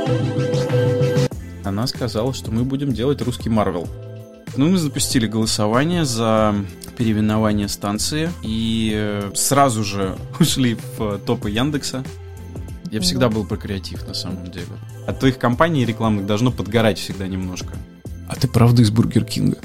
Она сказала, что мы будем делать русский Марвел. Ну, мы запустили голосование за переименование станции и сразу же ушли в топы Яндекса. Я всегда был про креатив, на самом деле. От твоих компаний рекламных должно подгорать всегда немножко. А ты правда из Бургер Кинга?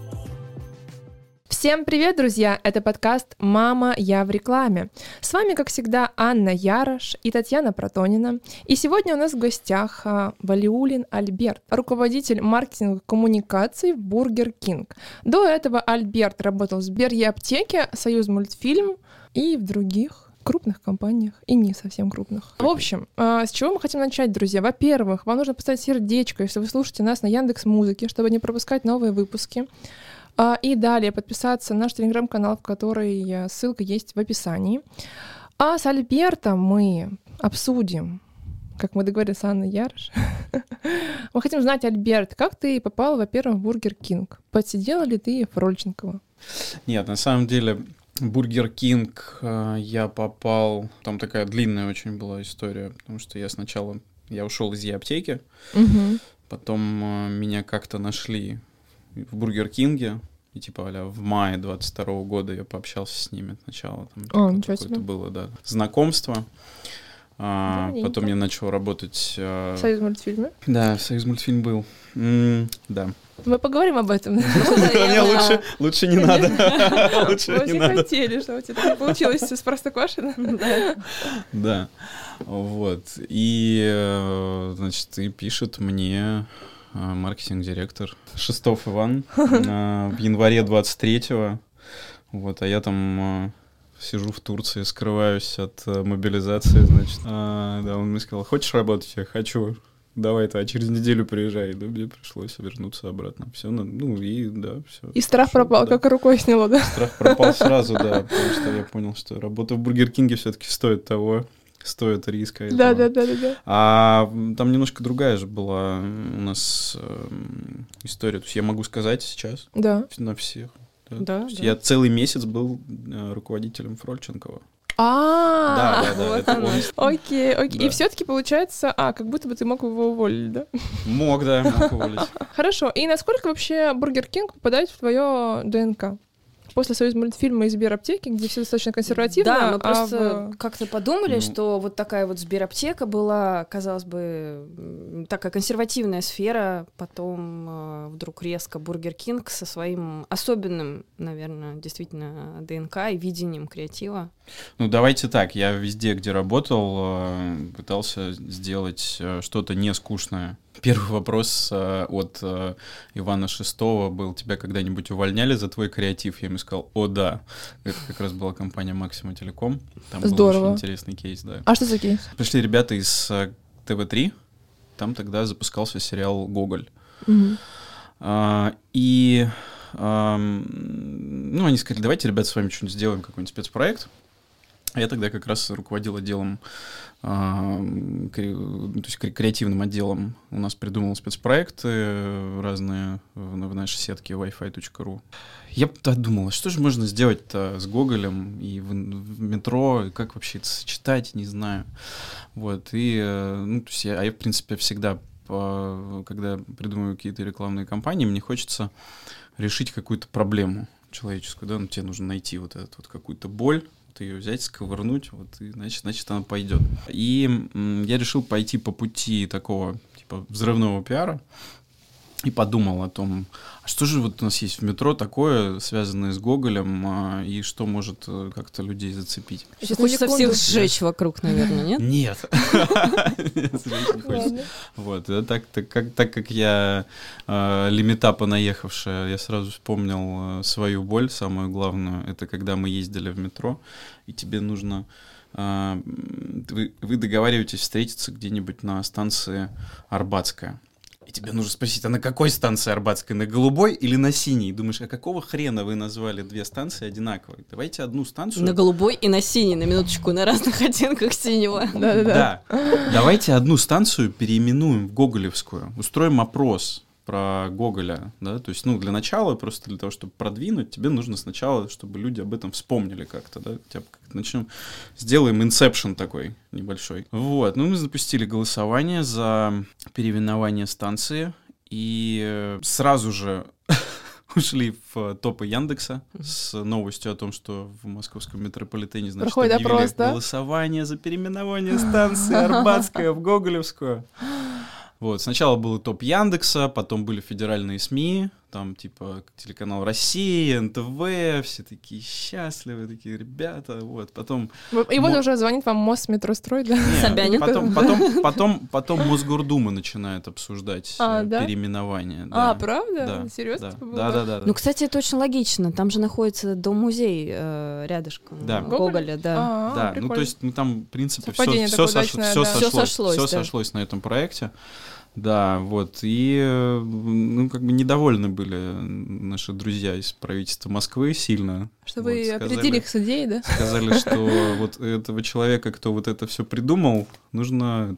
Всем привет, друзья! Это подкаст «Мама, я в рекламе». С вами, как всегда, Анна Ярош и Татьяна Протонина. И сегодня у нас в гостях Валиулин Альберт, руководитель маркетинга коммуникаций в Бургер Кинг. До этого Альберт работал в Сбер-Е-аптеке, Союзмультфильм и в других крупных компаниях и не совсем крупных. В общем, с чего мы хотим начать, друзья? Во-первых, вам нужно поставить сердечко, если вы слушаете нас на Яндекс.Музыке, чтобы не пропускать новые выпуски. И далее подписаться на наш телеграм-канал, в который ссылка есть в описании. А с Альбертом мы обсудим, как мы договорились с Анной Ярош. Мы хотим знать, Альберт, как ты попал, во-первых, в Бургер Кинг? Подсидела ли ты в Рольченково? Нет, на самом деле, в Бургер Кинг я попал... Там такая длинная очень была история, потому что я ушел из Е-аптеки, потом меня как-то нашли в Бургер Кинге, и типа в мае 22 года я пообщался с ними сначала. Там какое-то было, да, знакомство. Потом я начал работать... В Союзмультфильме? Да, в Союзмультфильм был. Да. Мы поговорим об этом. Не, лучше не надо. Лучше не надо. Мы хотели, чтобы у тебя так получилось с Простоквашино. Да. Вот. И, значит, и пишет мне... маркетинг-директор Шестов Иван в январе 23-го. Вот, а я там сижу в Турции, скрываюсь от мобилизации, значит. Да, он мне сказал, хочешь работать? Я хочу. Давай, через неделю приезжай. Да, мне пришлось вернуться обратно. Все, ну и да, все. И страх пропал, да. Как рукой сняло, да? Страх пропал сразу, да, потому что я понял, что работа в Бургер Кинге все-таки стоит того. Стоит риска. Да. А там немножко другая же была у нас история. То есть я могу сказать сейчас на всех. Да. Я целый месяц был руководителем Фрольченкова. Да. Окей. И все-таки получается, как будто бы ты мог его уволить, да? Мог уволить. Хорошо. И насколько вообще Бургер Кинг попадает в твое ДНК? После Союзмультфильма и Сбер-аптеки, где все достаточно консервативно. Да, мы просто как-то подумали, что вот такая вот Сбер-аптека была, казалось бы, такая консервативная сфера, потом вдруг резко Бургер Кинг со своим особенным, наверное, действительно ДНК и видением креатива. Ну, давайте так, я везде, где работал, пытался сделать что-то не скучное. Первый вопрос от Ивана Шестого был: тебя когда-нибудь увольняли за твой креатив? Я ему сказал, да. Это как раз была компания Максима Телеком. Там Здорово. Был очень интересный кейс, да. А что за кейс? Пришли ребята из ТВ-3, там тогда запускался сериал «Гоголь». И они сказали, давайте, ребята, с вами что-нибудь сделаем, какой-нибудь спецпроект. А я тогда как раз руководил отделом, то есть креативным отделом. У нас придумал спецпроекты разные в нашей сетке wifi.ru. Я думал, что же можно сделать-то с Гоголем и в метро, и как вообще это сочетать, не знаю. Вот, и, то есть я, в принципе, всегда, когда придумываю какие-то рекламные кампании, мне хочется решить какую-то проблему человеческую, да, тебе нужно найти вот эту вот какую-то боль, ее взять, сковырнуть, вот, и значит она пойдет. И я решил пойти по пути такого, типа, взрывного пиара, и подумал о том, а что же вот у нас есть в метро такое, связанное с Гоголем, и что может как-то людей зацепить. Сейчас хочется всех сжечь вокруг, наверное, нет? Нет. Сжечь не хочется. Вот, так как я лимита понаехавшая, я сразу вспомнил свою боль, самую главную, это когда мы ездили в метро, и тебе нужно... Вы договариваетесь встретиться где-нибудь на станции Арбатская. И тебе нужно спросить, а на какой станции Арбатской? На голубой или на синей? Думаешь, а какого хрена вы назвали две станции одинаковые? Давайте одну станцию... На голубой и на синий, на минуточку, на разных оттенках синего. Да. Давайте одну станцию переименуем в Гоголевскую. Устроим опрос. про Гоголя, да, то есть, ну, для начала, просто для того, чтобы продвинуть, тебе нужно сначала, чтобы люди об этом вспомнили как-то, да, начнем, сделаем инсепшн такой небольшой. Вот, ну, мы запустили голосование за переименование станции, и сразу же ушли в топы Яндекса с новостью о том, что в московском метрополитене, значит, проходит объявили опрос, да? голосование за переименование станции Арбатская в Гоголевскую. Вот, сначала был топ Яндекса, потом были федеральные СМИ, там типа телеканал «Россия», НТВ, все такие счастливые, такие ребята, вот, потом... И вот уже звонит вам Мосметрострой, да? Собянин. Потом Мосгордума начинает обсуждать переименование. Да? Правда? Да, Серьезно? Да. Ну, кстати, это очень логично, там же находится дом-музей рядышком. Да. Гоголя, да. Да, прикольно. ну то есть, ну там, в принципе, Совпадение все такое сошлось на этом проекте. Да, вот, и, ну, как бы недовольны были наши друзья из правительства Москвы сильно. Что вот, вы опередили их с идеей, да? Сказали, что вот этого человека, кто вот это все придумал, нужно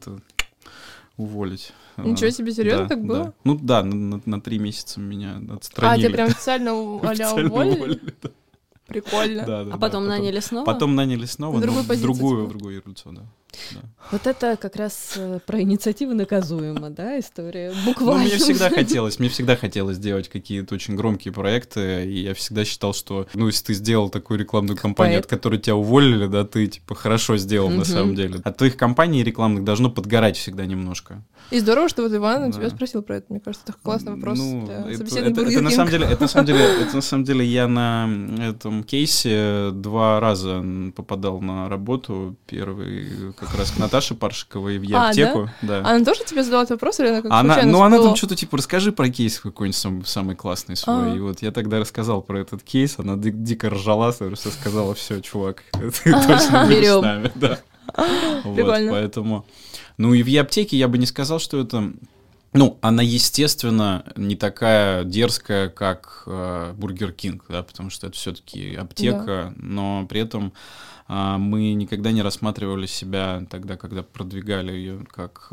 уволить. Ничего себе, серьезно да, так было? Да. Ну да, на 3 месяца меня отстранили. Тебя прям официально уволили? Да. Прикольно. Да, а потом наняли снова? Потом наняли снова, но в другую юрлицо, да. Вот это как раз про инициативу наказуемо, да, история? Буквально. Ну, мне всегда хотелось сделать какие-то очень громкие проекты, и я всегда считал, что, ну, если ты сделал такую рекламную кампанию, от которой тебя уволили, да, ты, типа, хорошо сделал на самом деле. От твоих кампаний рекламных должно подгорать всегда немножко. И здорово, что вот Иван тебя спросил про это. Мне кажется, это классный вопрос для собеседника. Это на самом деле я на этом кейсе 2 раза попадал на работу. Первый как раз к Наташе Паршиковой в Е-аптеку. Да? Она тоже тебе задала этот вопрос, или она как случайно всплыла? Она там что-то типа, расскажи про кейс какой-нибудь самый классный свой. И вот я тогда рассказал про этот кейс, она дико ржала, сказала, все, чувак, ты точно не с нами. Прикольно. Поэтому... Ну и в Е-аптеке я бы не сказал, что это... Ну, она, естественно, не такая дерзкая, как Бургер Кинг, да, потому что это все-таки аптека, но при этом мы никогда не рассматривали себя тогда, когда продвигали ее как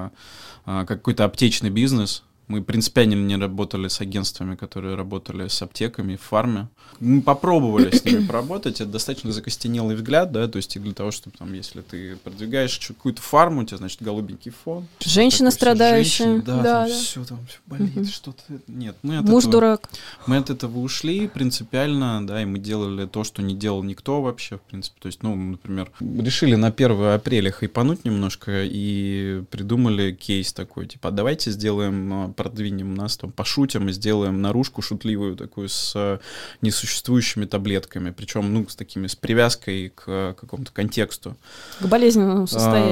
какой-то аптечный бизнес. Мы принципиально не работали с агентствами, которые работали с аптеками в фарме. Мы попробовали с ними поработать. Это достаточно закостенелый взгляд, да, то есть и для того, чтобы там, если ты продвигаешь какую-то фарму, у тебя, значит, голубенький фон. Женщина страдающая. Да, все там все болит, что-то. Нет, муж дурак. Мы от этого ушли принципиально, да, и мы делали то, что не делал никто вообще, в принципе. То есть, ну, например, решили на 1 апреля хайпануть немножко и придумали кейс такой, типа, давайте сделаем, продвинем нас, там, пошутим и сделаем наружку шутливую такую с несуществующими таблетками, причем, ну, с привязкой к какому-то контексту. К болезненному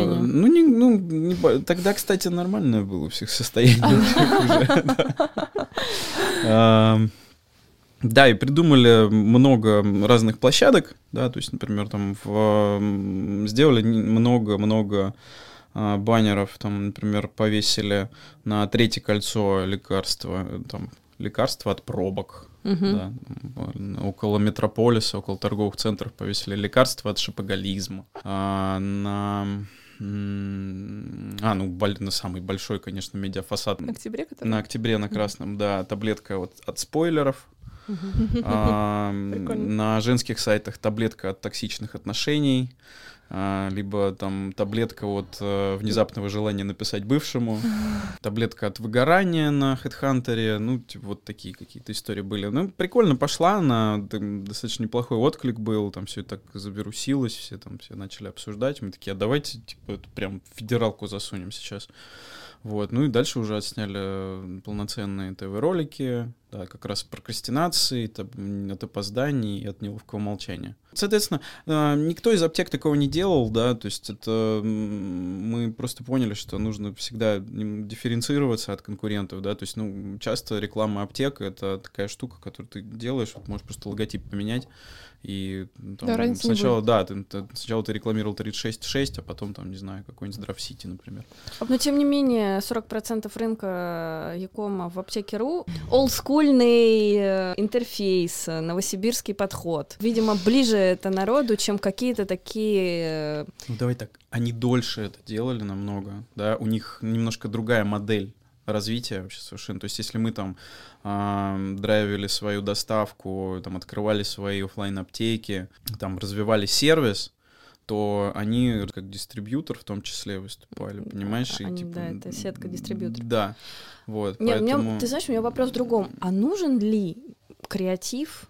состоянию. Тогда, кстати, нормальное было у всех состояние. Да, и придумали много разных площадок, да, то есть, например, там сделали много баннеров, там, например, повесили на 3-е кольцо лекарства от пробок. Да, около метрополиса, около торговых центров повесили лекарства от шопоголизма. На самый большой, конечно, медиафасад. На Октябре, который? На Октябре, на Красном, да, таблетка вот от спойлеров. На женских сайтах таблетка от токсичных отношений, либо там таблетка от внезапного желания написать бывшему, таблетка от выгорания на HeadHunter, ну, типа, вот такие какие-то истории были. Ну, прикольно пошла она, достаточно неплохой отклик был, там все так завирусилось, все начали обсуждать, мы такие, а давайте, типа, прям в федералку засунем сейчас. Вот, ну и дальше уже отсняли полноценные ТВ-ролики, да, как раз прокрастинации, от опозданий и от неловкого молчания. Соответственно, никто из аптек такого не делал, да, то есть это мы просто поняли, что нужно всегда дифференцироваться от конкурентов, да, то есть, ну, часто реклама аптек — это такая штука, которую ты делаешь, вот можешь просто логотип поменять, и там, сначала ты рекламировал 36,6, а потом, там, не знаю, какой-нибудь Здравсити, например. Но, тем не менее, 40% рынка Якома в аптеке.ру — олдскульный интерфейс, новосибирский подход. Видимо, ближе это народу, чем какие-то такие... Ну, давай так, они дольше это делали намного, да, у них немножко другая модель развития вообще совершенно. То есть если мы там драйвили свою доставку, там открывали свои офлайн-аптеки, там развивали сервис, то они как дистрибьютор в том числе выступали, понимаешь? Они, типа, да, это сетка дистрибьюторов. Да, вот. Нет, поэтому... ты знаешь, у меня вопрос в другом. А нужен ли креатив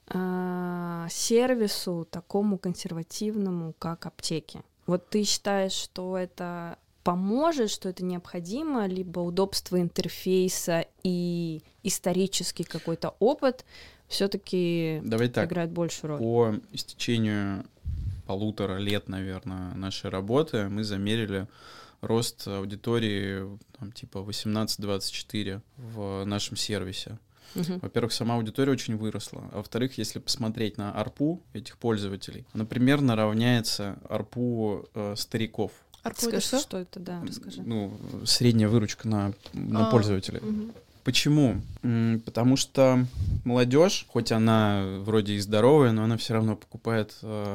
сервису такому консервативному, как аптеки? Вот ты считаешь, что это поможет, что это необходимо, либо удобство интерфейса и исторический какой-то опыт все-таки играет большую роль? По истечению 1,5 лет, наверное, нашей работы мы замерили рост аудитории там, типа 18-24 в нашем сервисе. Во-первых, сама аудитория очень выросла. А во-вторых, если посмотреть на ARPU этих пользователей, она примерно равняется ARPU стариков. Скажи, что это, да, расскажи. Ну, средняя выручка на пользователя. Почему? Потому что молодежь, хоть она вроде и здоровая, но она все равно покупает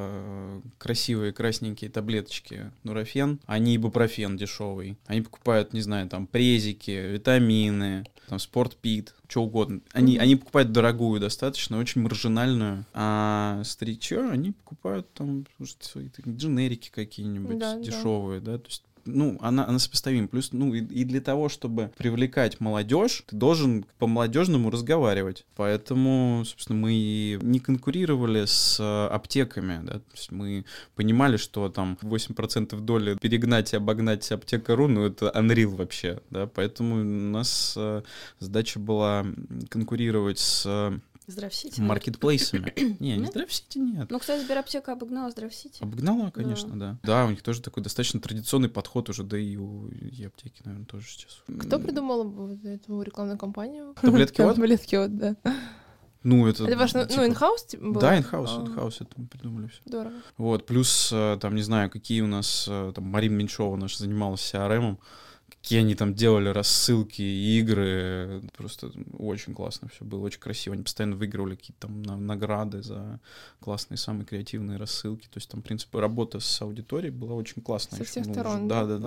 красивые красненькие таблеточки Нурофен, а не ибупрофен дешевый. Они покупают, не знаю, там презики, витамины, там спортпит, что угодно. Они покупают дорогую достаточно, очень маржинальную, а старичье они покупают там свои дженерики какие-нибудь дешевые, да, то есть ну, она сопоставима. Плюс, ну, и для того, чтобы привлекать молодежь, ты должен по-молодежному разговаривать. Поэтому, собственно, мы не конкурировали с аптеками, да, то есть мы понимали, что там 8% доли перегнать и обогнать аптека.ру, ну, это unreal вообще, да, поэтому у нас задача была конкурировать с маркетплейсами. Не Здравсити нет. Ну, кстати, Сбераптека обогнала Здравсити. Обогнала, конечно, да. Да, у них тоже такой достаточно традиционный подход уже, да и у аптеки, наверное, тоже сейчас. Кто придумал эту рекламную кампанию? Таблетки вот? Таблетки вот, да. Ну, это ваш, ну, инхаус был? Да, инхаус это мы придумали все. Здорово. Вот, плюс, там, не знаю, какие у нас, там, Марина Меньшова наша занималась CRM-ом, какие они там делали рассылки, игры, просто очень классно все было, очень красиво. Они постоянно выигрывали какие-то там награды за классные, самые креативные рассылки. То есть там, в принципе, работа с аудиторией была очень классная. Со всех сторон.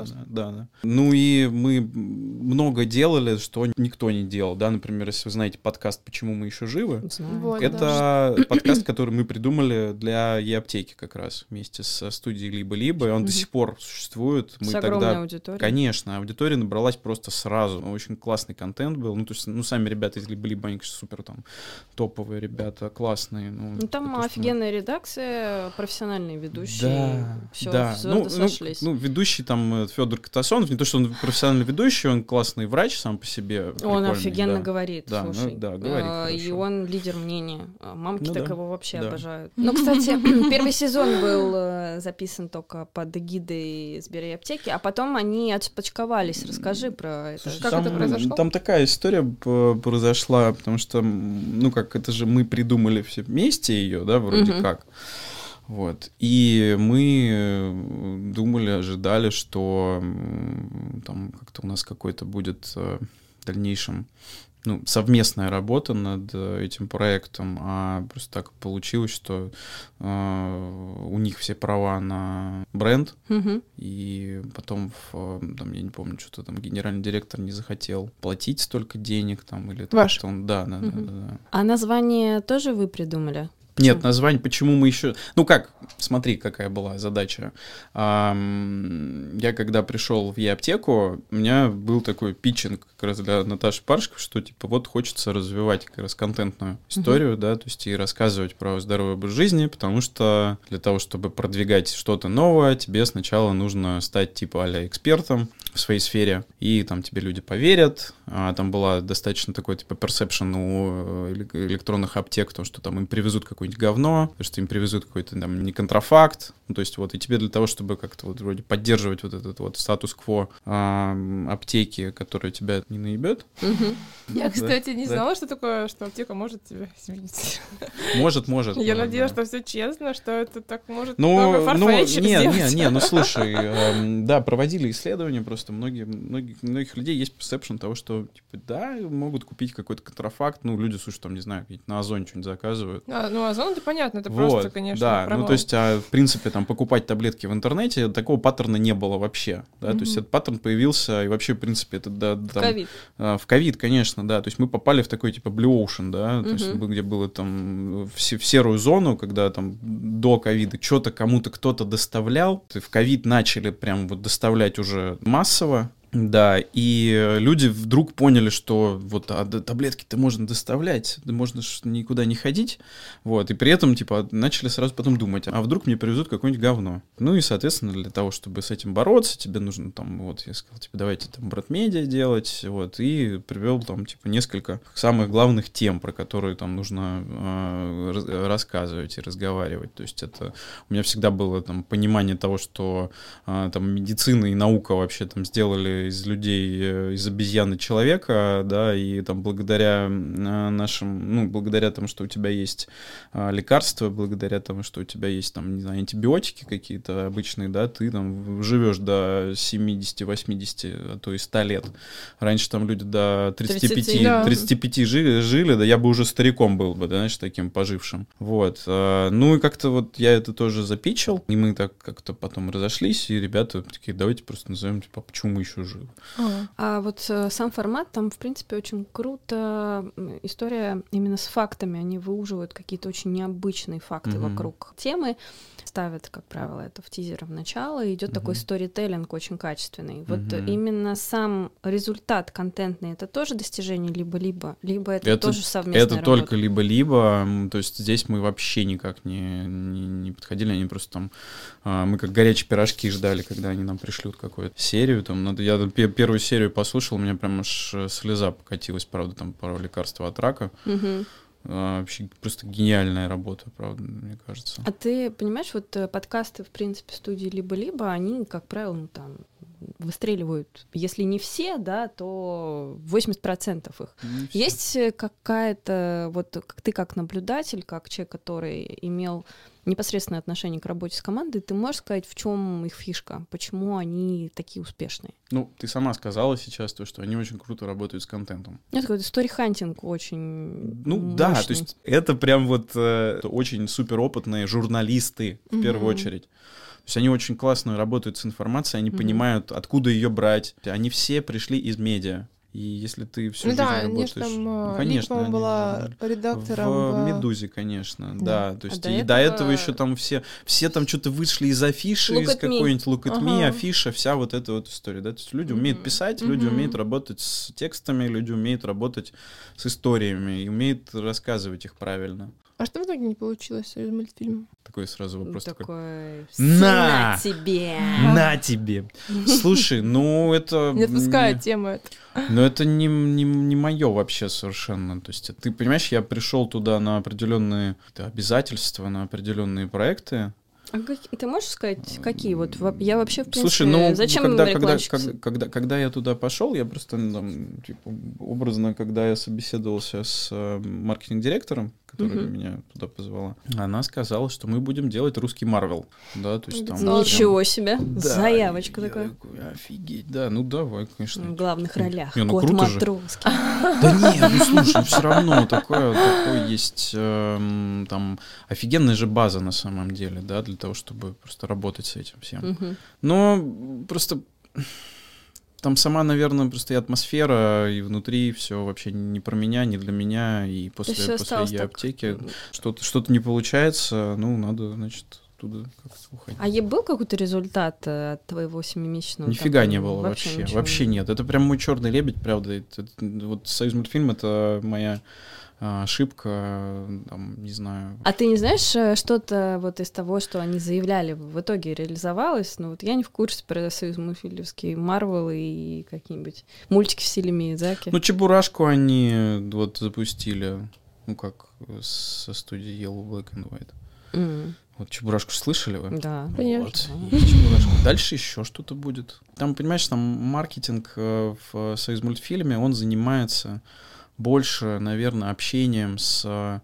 Да. Ну и мы много делали, что никто не делал. Да, например, если вы знаете подкаст «Почему мы еще живы», вот, это подкаст, который мы придумали для e-аптеки как раз вместе со студией «Либо-либо», и он до сих пор существует. Мы с огромной аудиторией. Конечно, аудитория набралась просто сразу. Очень классный контент был. Ну, то есть, ну, сами ребята из «Либо-либо», они, конечно, супер там топовые ребята, классные. Ну, там офигенная редакция, профессиональные ведущие. Да. Звезды сошлись. Ну, ведущий там Федор Катасонов, не то, что он профессиональный ведущий, он классный врач сам по себе. Он офигенно говорит, да, слушай. Ну, да, говорит хорошо. И он лидер мнения. Мамки так его вообще обожают. Ну, кстати, первый сезон был записан только под эгидой Сбераптеки, а потом они отпочковались. Расскажи про это. Слушай, как это произошло? Там такая история произошла, потому что, ну как, это же мы придумали все вместе ее, да, вроде как. Вот. И мы думали, ожидали, что там как-то у нас какой-то будет в дальнейшем совместная работа над этим проектом, а просто так получилось, что у них все права на бренд, и потом, там, я не помню, что-то там генеральный директор не захотел платить столько денег, там, или Ваш? Да. А название тоже вы придумали? Нет, название, почему мы еще... Ну как, смотри, какая была задача. Я когда пришел в e-аптеку, у меня был такой питчинг как раз для Наташи Паршковой, что типа вот хочется развивать как раз контентную историю, да, то есть и рассказывать про здоровый образ жизни, потому что для того, чтобы продвигать что-то новое, тебе сначала нужно стать типа а-ля экспертом в своей сфере, и там тебе люди поверят. Там была достаточно такой типа персепшн у электронных аптек, то, что там им привезут какое-нибудь говно, что им привезут какой-то там не контрафакт, ну, то есть вот и тебе для того, чтобы как-то вот вроде поддерживать вот этот вот статус-кво аптеки, которая тебя не наебет. Я, кстати, не знала, что такое, что аптека может тебя изменить. Может. Я надеялась, что все честно, что это так может не, ну слушай, да, проводили исследования, просто многих людей есть персепшн того, что типа да, могут купить какой-то контрафакт, ну люди, слушай, там, не знаю, на Озоне что-нибудь заказывают. Ну Озон, это понятно, это Вот, просто, конечно, да, провал. ну, то есть, в принципе, там, покупать таблетки в интернете, такого паттерна не было вообще, да, то есть, этот паттерн появился, и вообще, в принципе, это, да, там, ковид. В ковид, конечно, да, то есть, мы попали в такой, типа, Blue Ocean, да, то есть, где было, там, в серую зону, когда, там, до ковида что-то кому-то кто-то доставлял, в ковид начали прям вот доставлять уже массово, да, и люди вдруг поняли, что вот таблетки-то можно доставлять, можно никуда не ходить, вот, и при этом, типа, начали сразу потом думать, а вдруг мне привезут какое-нибудь говно. Ну и, соответственно, для того, чтобы с этим бороться, тебе нужно там, вот, я сказал, типа, давайте там брат-медиа делать, вот, и привел там, типа, несколько самых главных тем, про которые там нужно рассказывать и разговаривать. То есть это у меня всегда было там понимание того, что там медицина и наука вообще там сделали из людей, из обезьяны человека, да, и там благодаря нашим, ну, благодаря тому, что у тебя есть лекарства, благодаря тому, что у тебя есть там, не знаю, антибиотики какие-то обычные, да, ты там живешь до 70, 80, а то и 100 лет. Раньше там люди до 35 жили, да, я бы уже стариком был бы, да, знаешь, таким пожившим. Вот. Ну и как-то вот я это тоже запичил, и мы так как-то потом разошлись, и ребята такие, давайте просто назовем, типа, почему мы еще живы. А вот сам формат, там, в принципе, очень круто. История именно с фактами. Они выуживают какие-то очень необычные факты вокруг темы. Ставят, как правило, это в тизер в начало. Идет такой сторителлинг очень качественный. Вот именно сам результат контентный, это тоже достижение либо-либо? Либо это тоже совместная работа? Это только либо-либо. То есть здесь мы вообще никак не подходили. Они просто там... Мы как горячие пирожки ждали, когда они нам пришлют какую-то серию. Там, я первую серию послушал, у меня прям аж слеза покатилась, правда, там пару лекарств от рака. Вообще просто гениальная работа, правда, мне кажется. А ты понимаешь, вот подкасты, в принципе, студии «Либо-либо», они, как правило, ну, там, выстреливают, если не все, да, то 80% их. Есть какая-то, вот ты как наблюдатель, как человек, который имел непосредственное отношение к работе с командой, ты можешь сказать, в чем их фишка, почему они такие успешные? Ну, ты сама сказала сейчас то, что они очень круто работают с контентом. Это какой-то сторихантинг очень мощный. Да, то есть это прям вот очень суперопытные журналисты в первую очередь. То есть они очень классно работают с информацией, они понимают, откуда ее брать. Они все пришли из медиа. И если ты всю жизнь работаешь... Там, конечно, была редактором в «Медузе», конечно, да. То есть и до этого еще там все там что-то вышли из афиши, из какой-нибудь Look at Me, афиша, вся вот эта вот история, да. То есть люди умеют писать, люди умеют работать с текстами, люди умеют работать с историями и умеют рассказывать их правильно. А что в итоге не получилось из мультфильма? Такой сразу вопрос такой... На тебе! На тебе! Слушай, ну это... Не отпускает тему это. Но это не мое вообще совершенно. То есть ты понимаешь, я пришел туда на определенные обязательства, на определенные проекты. А ты можешь сказать, какие? Вот я вообще, в принципе, слушай, ну, зачем когда я туда пошел, я просто, там, типа, образно, когда я собеседовался с маркетинг-директором, которая меня туда позвала, она сказала, что мы будем делать русский Марвел. Да, то есть там... Ничего себе! Да, заявочка такая. Офигеть, да, ну давай, конечно. В главных ролях. Не, ну Кот круто же. Матроский. Да не, ну слушай, все равно такое есть там офигенная же база на самом деле, да, для того, чтобы просто работать с этим всем. Но просто там сама, наверное, просто и атмосфера, и внутри все вообще не про меня, не для меня, и после аптеки что-то не получается, ну, надо, значит, туда как-то уходить. А был какой-то результат от твоего 7-месячного? Нифига не было вообще нет. Это прям мой черный лебедь, правда. Вот «Союзмультфильм» — это моя ошибка, там, не знаю. А ты не знаешь, что-то вот из того, что они заявляли, в итоге реализовалось? Ну вот я не в курсе про союзмультфильмовские Марвел и какие-нибудь мультики в стиле Миядзаки. Ну, «Чебурашку» они вот запустили, ну как, со студии Yellow, Black and White. Вот «Чебурашку» слышали вы? Да. Конечно. Вот, «Чебурашка». Дальше еще что-то будет. Там, понимаешь, там маркетинг в «Союзмультфильме», он занимается больше, наверное, общением с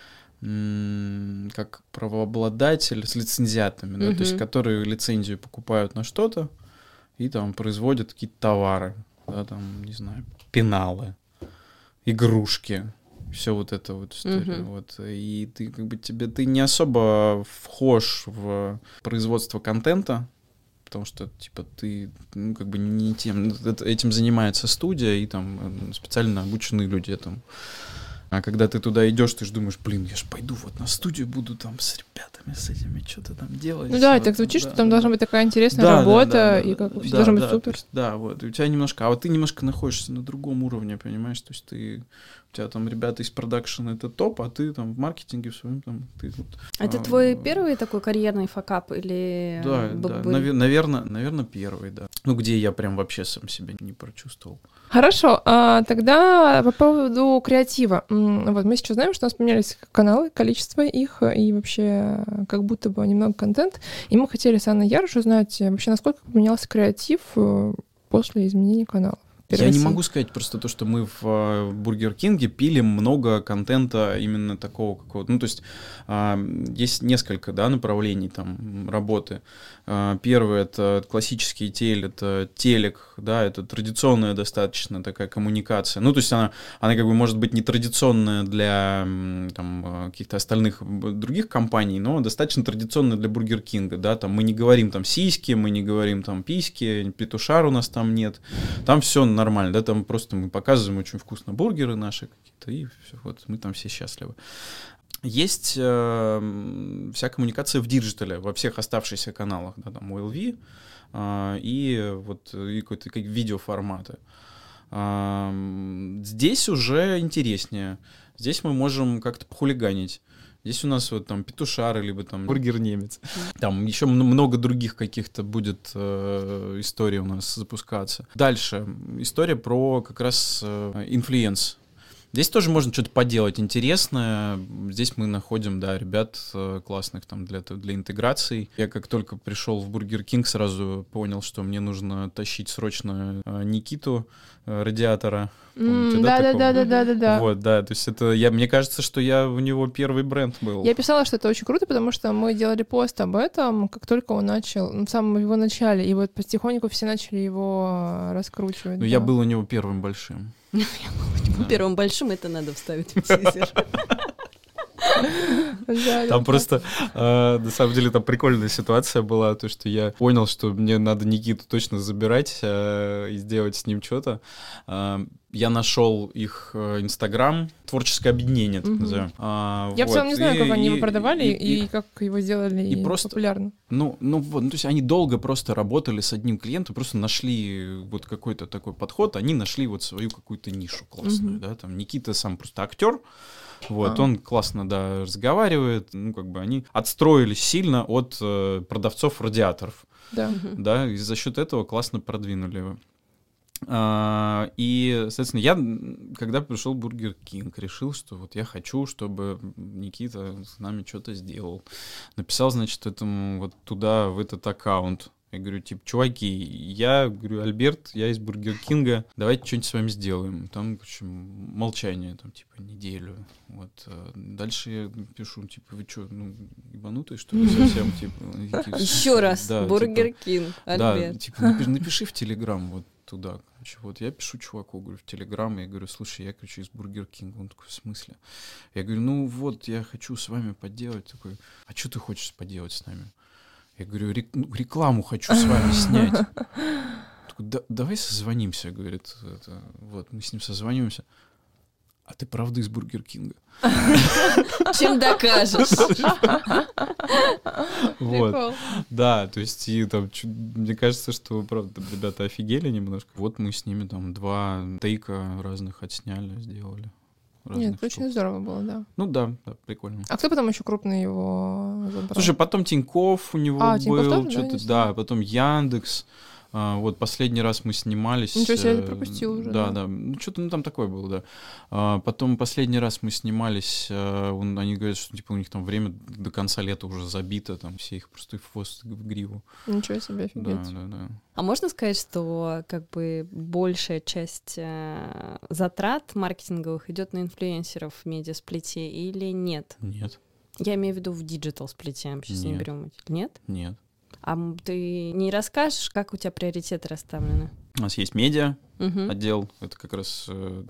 как правообладатель, с лицензиатами, да, то есть которые лицензию покупают на что-то и там производят какие-то товары, да, там, не знаю, пеналы, игрушки, все вот это вот история. Вот. И ты как бы ты не особо вхож в производство контента, потому что, типа, ты, ну, как бы не тем... Этим занимается студия и там специально обученные люди там. А когда ты туда идешь, ты же думаешь, блин, я же пойду вот на студию, буду там с ребятами, с этими что-то там делать. Ну да, вот, так звучит, да, что там да, должна быть такая интересная работа, и как все должно быть супер. Есть, да, вот. И у тебя немножко... А вот ты немножко находишься на другом уровне, понимаешь? То есть у тебя там ребята из продакшена — это топ, а ты там в маркетинге в своем там... Это твой первый такой карьерный факап или... Да, наверное, первый, да. Ну, где я прям вообще сам себя не прочувствовал. Хорошо, тогда по поводу креатива. Вот мы сейчас знаем, что у нас поменялись каналы, количество их, и вообще как будто бы немного контент. И мы хотели с Анной Ярош узнать вообще, насколько поменялся креатив после изменения каналов. Я не могу сказать просто то, что мы в Бургер Кинге пилим много контента именно такого какого-то. Ну, то есть есть несколько, да, направлений там работы. Первое — это классический это телек, да, это традиционная достаточно такая коммуникация. Ну, то есть она как бы может быть не традиционная для там каких-то остальных других компаний, но достаточно традиционная для Бургер Кинга, да, там мы не говорим там сиськи, мы не говорим там письки, петушар у нас там нет, там все нормально, да, там просто мы показываем очень вкусно бургеры наши какие-то, и все, вот мы там все счастливы. Есть вся коммуникация в диджитале, во всех оставшихся каналах, да, там OLV и вот и какие-то видеоформаты. Здесь уже интереснее. Здесь мы можем как-то похулиганить. Здесь у нас вот там петушары, либо там бургер немец. Там еще много других каких-то будет историй у нас запускаться. Дальше история про как раз инфлюенс. Здесь тоже можно что-то поделать интересное. Здесь мы находим, да, ребят классных там для интеграции. Я как только пришел в Бургер Кинг, сразу понял, что мне нужно тащить срочно Никиту, радиатора. Да. Вот, да, то есть это мне кажется, что я у него первый бренд был. Я писала, что это очень круто, потому что мы делали пост об этом, как только он начал, в самом его начале, и вот потихоньку все начали его раскручивать. Ну, я был у него первым большим. Первым большим это надо вставить в тизер. Там просто, на самом деле, там прикольная ситуация была, то, что я понял, что мне надо Никиту точно забирать и сделать с ним что-то. Я нашел их Инстаграм, творческое объединение, так назовем. Я в целом не знаю, как они его продавали и как его сделали популярным. Ну, то есть они долго просто работали с одним клиентом, просто нашли вот какой-то такой подход, они нашли вот свою какую-то нишу классную, да, там Никита сам просто актер. Вот, он классно, да, разговаривает, ну, как бы они отстроились сильно от продавцов радиаторов, да, и за счет этого классно продвинули его. И, соответственно, я, когда пришел в Бургер Кинг, решил, что вот я хочу, чтобы Никита с нами что-то сделал. Написал, значит, этому вот туда, в этот аккаунт. Я говорю, типа, чуваки, я говорю, Альберт, я из Бургер Кинга, давайте что-нибудь с вами сделаем. Там, в общем, молчание, там, типа, неделю. Вот. Дальше я пишу, типа, вы что, ну, ебанутые, что ли, совсем, типа... Еще раз, Бургер Кинг, Альберт. Да, типа, напиши в Телеграм, вот туда, короче. Вот я пишу чуваку, говорю, в Телеграм, я говорю, слушай, я, короче, из Бургер Кинга. Он такой, в смысле? Я говорю, ну вот, я хочу с вами поделать. Такой, а что ты хочешь поделать с нами? Я говорю, рекламу хочу с вами снять. Такой, давай созвонимся, говорит. Вот, мы с ним созвонимся. А ты правда из Бургер Кинга? Чем докажешь? Вот. Да, то есть, и там, мне кажется, что, правда, ребята офигели немножко. Вот мы с ними там 2 тейка разных отсняли, сделали. Нет, это очень здорово было, да. Ну да, прикольно. А кто потом еще крупный его забрал? Слушай, потом Тинькофф у него был, Тинькофф тоже, что-то, да, потом Яндекс. Вот последний раз мы снимались. Ничего себе, я пропустил уже. Да. Ну, что-то там такое было, да. Потом последний раз мы снимались, они говорят, что типа у них там время до конца лета уже забито, там все их просто в хвост, в гриву. Ничего себе, офигеть. Да. А можно сказать, что как бы большая часть затрат маркетинговых идет на инфлюенсеров в медиасплите или нет? Нет. Я имею в виду в диджитал-сплите, сейчас не берем. Нет? Нет. А ты не расскажешь, как у тебя приоритеты расставлены? У нас есть медиа отдел, это как раз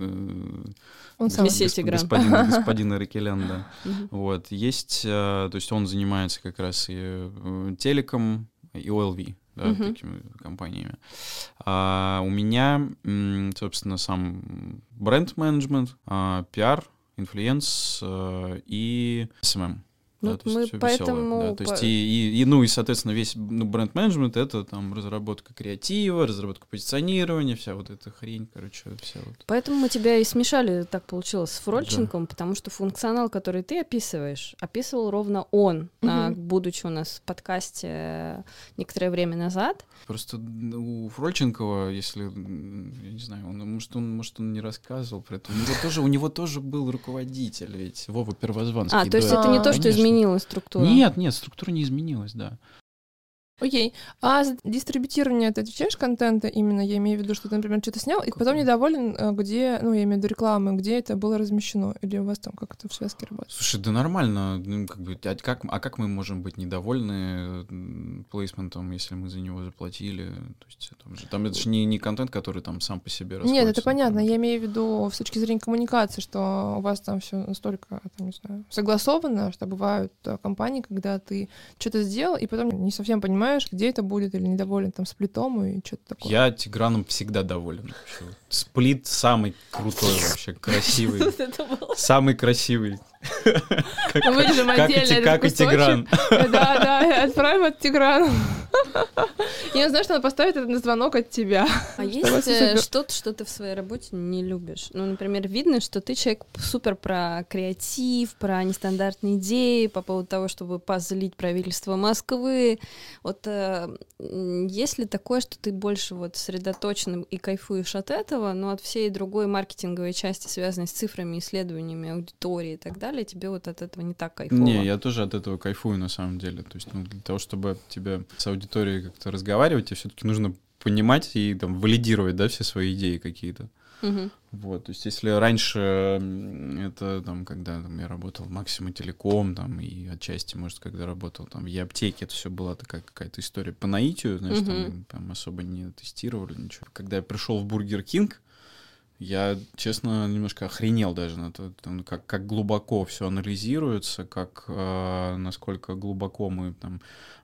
господин Аракелян, да. Вот, есть, то есть он занимается как раз и телеком, и OLV, да, такими компаниями. А у меня, собственно, сам бренд-менеджмент, пиар, инфлюенс и SMM. Да, то есть поэтому... Веселое, да, то есть и, соответственно, весь бренд-менеджмент — это там разработка креатива, разработка позиционирования, вся вот эта хрень, короче, вся вот. Поэтому мы тебя и смешали, так получилось, с Фрольченком, потому что функционал, который ты описываешь, описывал ровно он, будучи у нас в подкасте некоторое время назад. Просто у Фрольченкова, если, я не знаю, может, он не рассказывал про это, у него тоже был руководитель, ведь Вова Первозванский. То есть это не то, что изменилось структура? Нет, структура не изменилась, да. Окей. А за дистрибутирование ты отвечаешь контента именно? Я имею в виду, что ты, например, что-то снял, и потом недоволен, где, я имею в виду рекламы, где это было размещено? Или у вас там как это в связке работает? Слушай, да нормально. Как мы можем быть недовольны плейсментом, если мы за него заплатили? То есть там это же не контент, который там сам по себе расходится. Нет, это понятно. Я имею в виду с точки зрения коммуникации, что у вас там все настолько, там, не знаю, согласовано, что бывают компании, когда ты что-то сделал, и потом не совсем понимаешь, где это будет, или недоволен там сплитом и что-то такое. Я Тиграном всегда доволен. Сплит самый крутой вообще, красивый. Самый красивый. Мы вырежем отдельно этот как и Тигран. Да, отправим от Тиграна. Я знаю, что она поставит это на звонок от тебя. А есть что-то, что ты в своей работе не любишь? Ну, например, видно, что ты человек супер про креатив, про нестандартные идеи по поводу того, чтобы позлить правительство Москвы. Вот есть ли такое, что ты больше вот сосредоточен и кайфуешь от этого, но от всей другой маркетинговой части, связанной с цифрами, исследованиями аудитории и так далее, тебе вот от этого не так кайфово? Не, я тоже от этого кайфую на самом деле. То есть, для того, чтобы тебе с аудиторией как-то разговаривать, тебе все-таки нужно понимать и там валидировать, да, все свои идеи какие-то. Вот, то есть если раньше это там, когда там, я работал в Максима Телеком, там, и отчасти, может, когда работал там в Е-аптеке, это все была такая какая-то история по наитию, знаешь, там особо не тестировали ничего. Когда я пришел в Бургер Кинг, я, честно, немножко охренел даже на то, как глубоко все анализируется, насколько глубоко мы там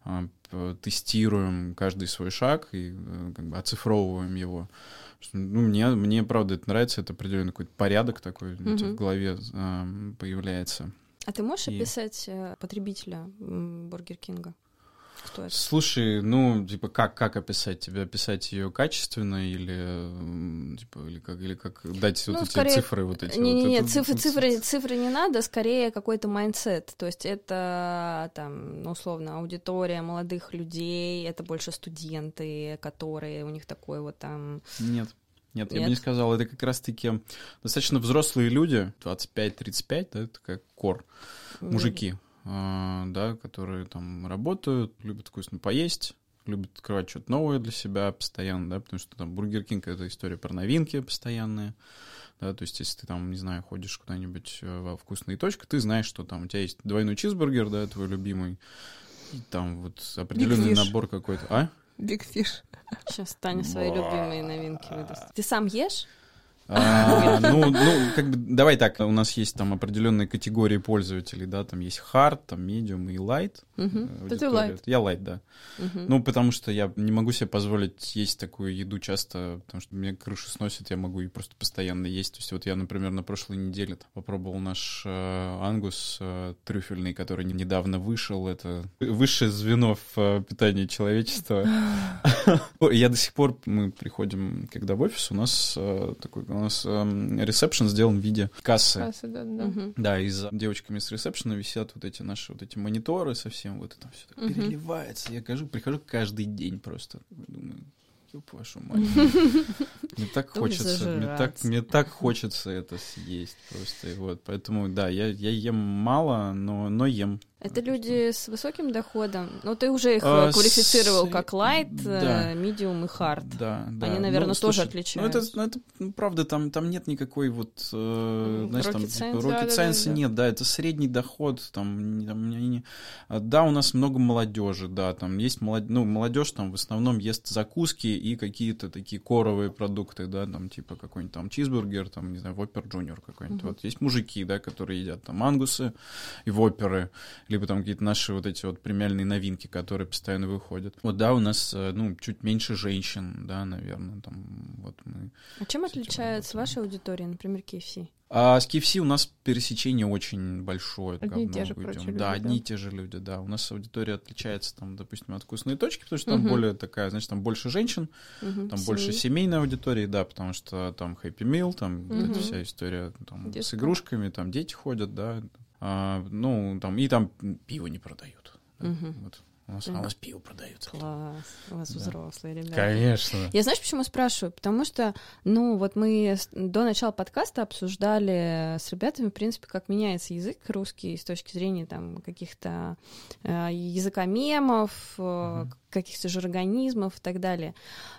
тестируем каждый свой шаг и как бы оцифровываем его. Мне, правда, это нравится, это определенный какой-то порядок такой в голове появляется. А ты можешь описать потребителя Бургер Кинга? Кто это? Слушай, как описать? Тебе описать ее качественно или как дать вот эти цифры вот эти? Не, цифры не надо, скорее какой-то майндсет. То есть это там, условно, аудитория молодых людей, это больше студенты, которые у них такой вот там... Нет, я бы не сказал. Это как раз-таки достаточно взрослые люди, 25-35, да, это как кор, мужики. Да, которые там работают, любят вкусно поесть, любят открывать что-то новое для себя постоянно, да, потому что там Бургер Кинг — это история про новинки постоянные, да, то есть если ты там, не знаю, ходишь куда-нибудь во вкусные точки, ты знаешь, что там у тебя есть двойной чизбургер, да, твой любимый, и там вот определенный набор какой-то, Big Fish. Сейчас Таня свои любимые новинки выдаст. Ты сам ешь? Давай так, у нас есть там определенные категории пользователей, да, там есть hard, там medium и light. Ты light. Я light, да. Потому что я не могу себе позволить есть такую еду часто, потому что мне крышу сносит, я могу и просто постоянно есть. То есть вот я, например, на прошлой неделе попробовал наш ангус трюфельный, который недавно вышел. Это высшее звено в питании человечества. Я до сих пор, мы приходим, когда в офис, у нас ресепшн сделан в виде кассы. Да, и за девочками с ресепшена висят вот эти наши мониторы совсем, вот это все так переливается. Я прихожу каждый день просто. Думаю, ёб вашу мать. Мне так хочется это съесть просто. И вот, поэтому, да, я ем мало, но ем. Это люди с высоким доходом? Ну, ты уже их квалифицировал как light, medium и hard. Да. Они, наверное, тоже отличаются. Это правда, там нет никакой вот, знаешь, там rocket science нет, да, это средний доход, да, у нас много молодежи, да, там есть молодежь, там в основном ест закуски и какие-то такие коровые продукты, да, там типа какой-нибудь там чизбургер, там, не знаю, Whopper Junior какой-нибудь. Вот есть мужики, да, которые едят там ангусы и вопперы, либо там какие-то наши вот эти вот премиальные новинки, которые постоянно выходят. Вот, да, у нас, чуть меньше женщин, да, наверное, там, вот мы... А чем отличается ваша аудитория, например, KFC? А с KFC у нас пересечение очень большое. Одни и те же, короче, люди. Да, одни и те же люди, да. У нас аудитория отличается, там, допустим, от «Вкусной точки», потому что там более такая, значит, там больше женщин, там больше семейной аудитории, да, потому что там Happy Meal, там вот эта вся история там, с игрушками, там дети ходят, да. Там, и там пиво не продают. Да, вот. У нас пиво продается. Класс, у вас взрослые ребята. Конечно. Я знаешь, почему спрашиваю? Потому что, вот мы до начала подкаста обсуждали с ребятами, в принципе, как меняется язык русский с точки зрения там каких-то языка мемов, каких-то жаргонизмов и так далее.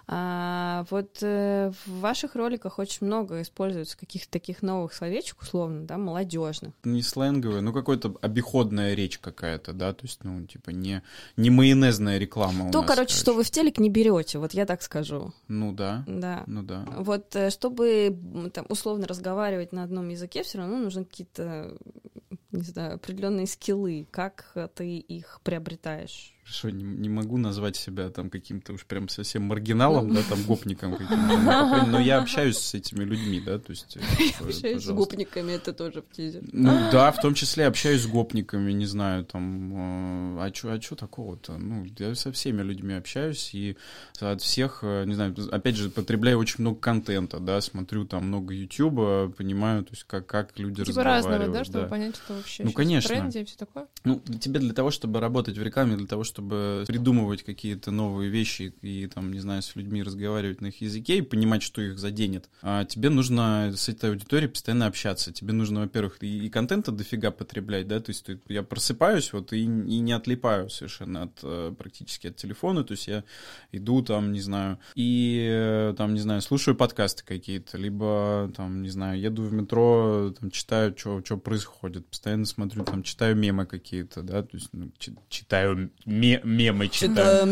Вот в ваших роликах очень много используется каких-то таких новых словечек, условно, да, молодежных. Не сленговая, какой-то обиходная речь какая-то, да, то есть, не майонезная реклама у нас. Короче, что вы в телек не берете, вот я так скажу. Да. Да. Да. Вот чтобы там условно разговаривать на одном языке, все равно нужны какие-то, не знаю, определенные скиллы. Как ты их приобретаешь? Хорошо, не могу назвать себя там каким-то уж прям совсем маргиналом, да, там гопником каким-то, но я общаюсь с этими людьми, да, то есть... Я общаюсь с гопниками, это тоже в тизер. Да, в том числе общаюсь с гопниками, не знаю, там, а чё такого-то? Я со всеми людьми общаюсь, и от всех, не знаю, опять же, потребляю очень много контента, да, смотрю там много Ютуба, понимаю, то есть как люди разговаривают. Типа разного, да, чтобы понять, что вообще конечно. в тренде и все такое? Тебе для того, чтобы работать в рекламе, для того, чтобы придумывать какие-то новые вещи и, там, не знаю, с людьми разговаривать на их языке и понимать, что их заденет, тебе нужно с этой аудиторией постоянно общаться. Тебе нужно, во-первых, и контента дофига потреблять, да, то есть я просыпаюсь вот и не отлипаю совершенно практически от телефона, то есть я иду там, не знаю, и там, не знаю, слушаю подкасты какие-то, либо там, не знаю, еду в метро, там, читаю, что происходит, постоянно смотрю, там, читаю мемы какие-то, да, то есть читаю мемы читаю.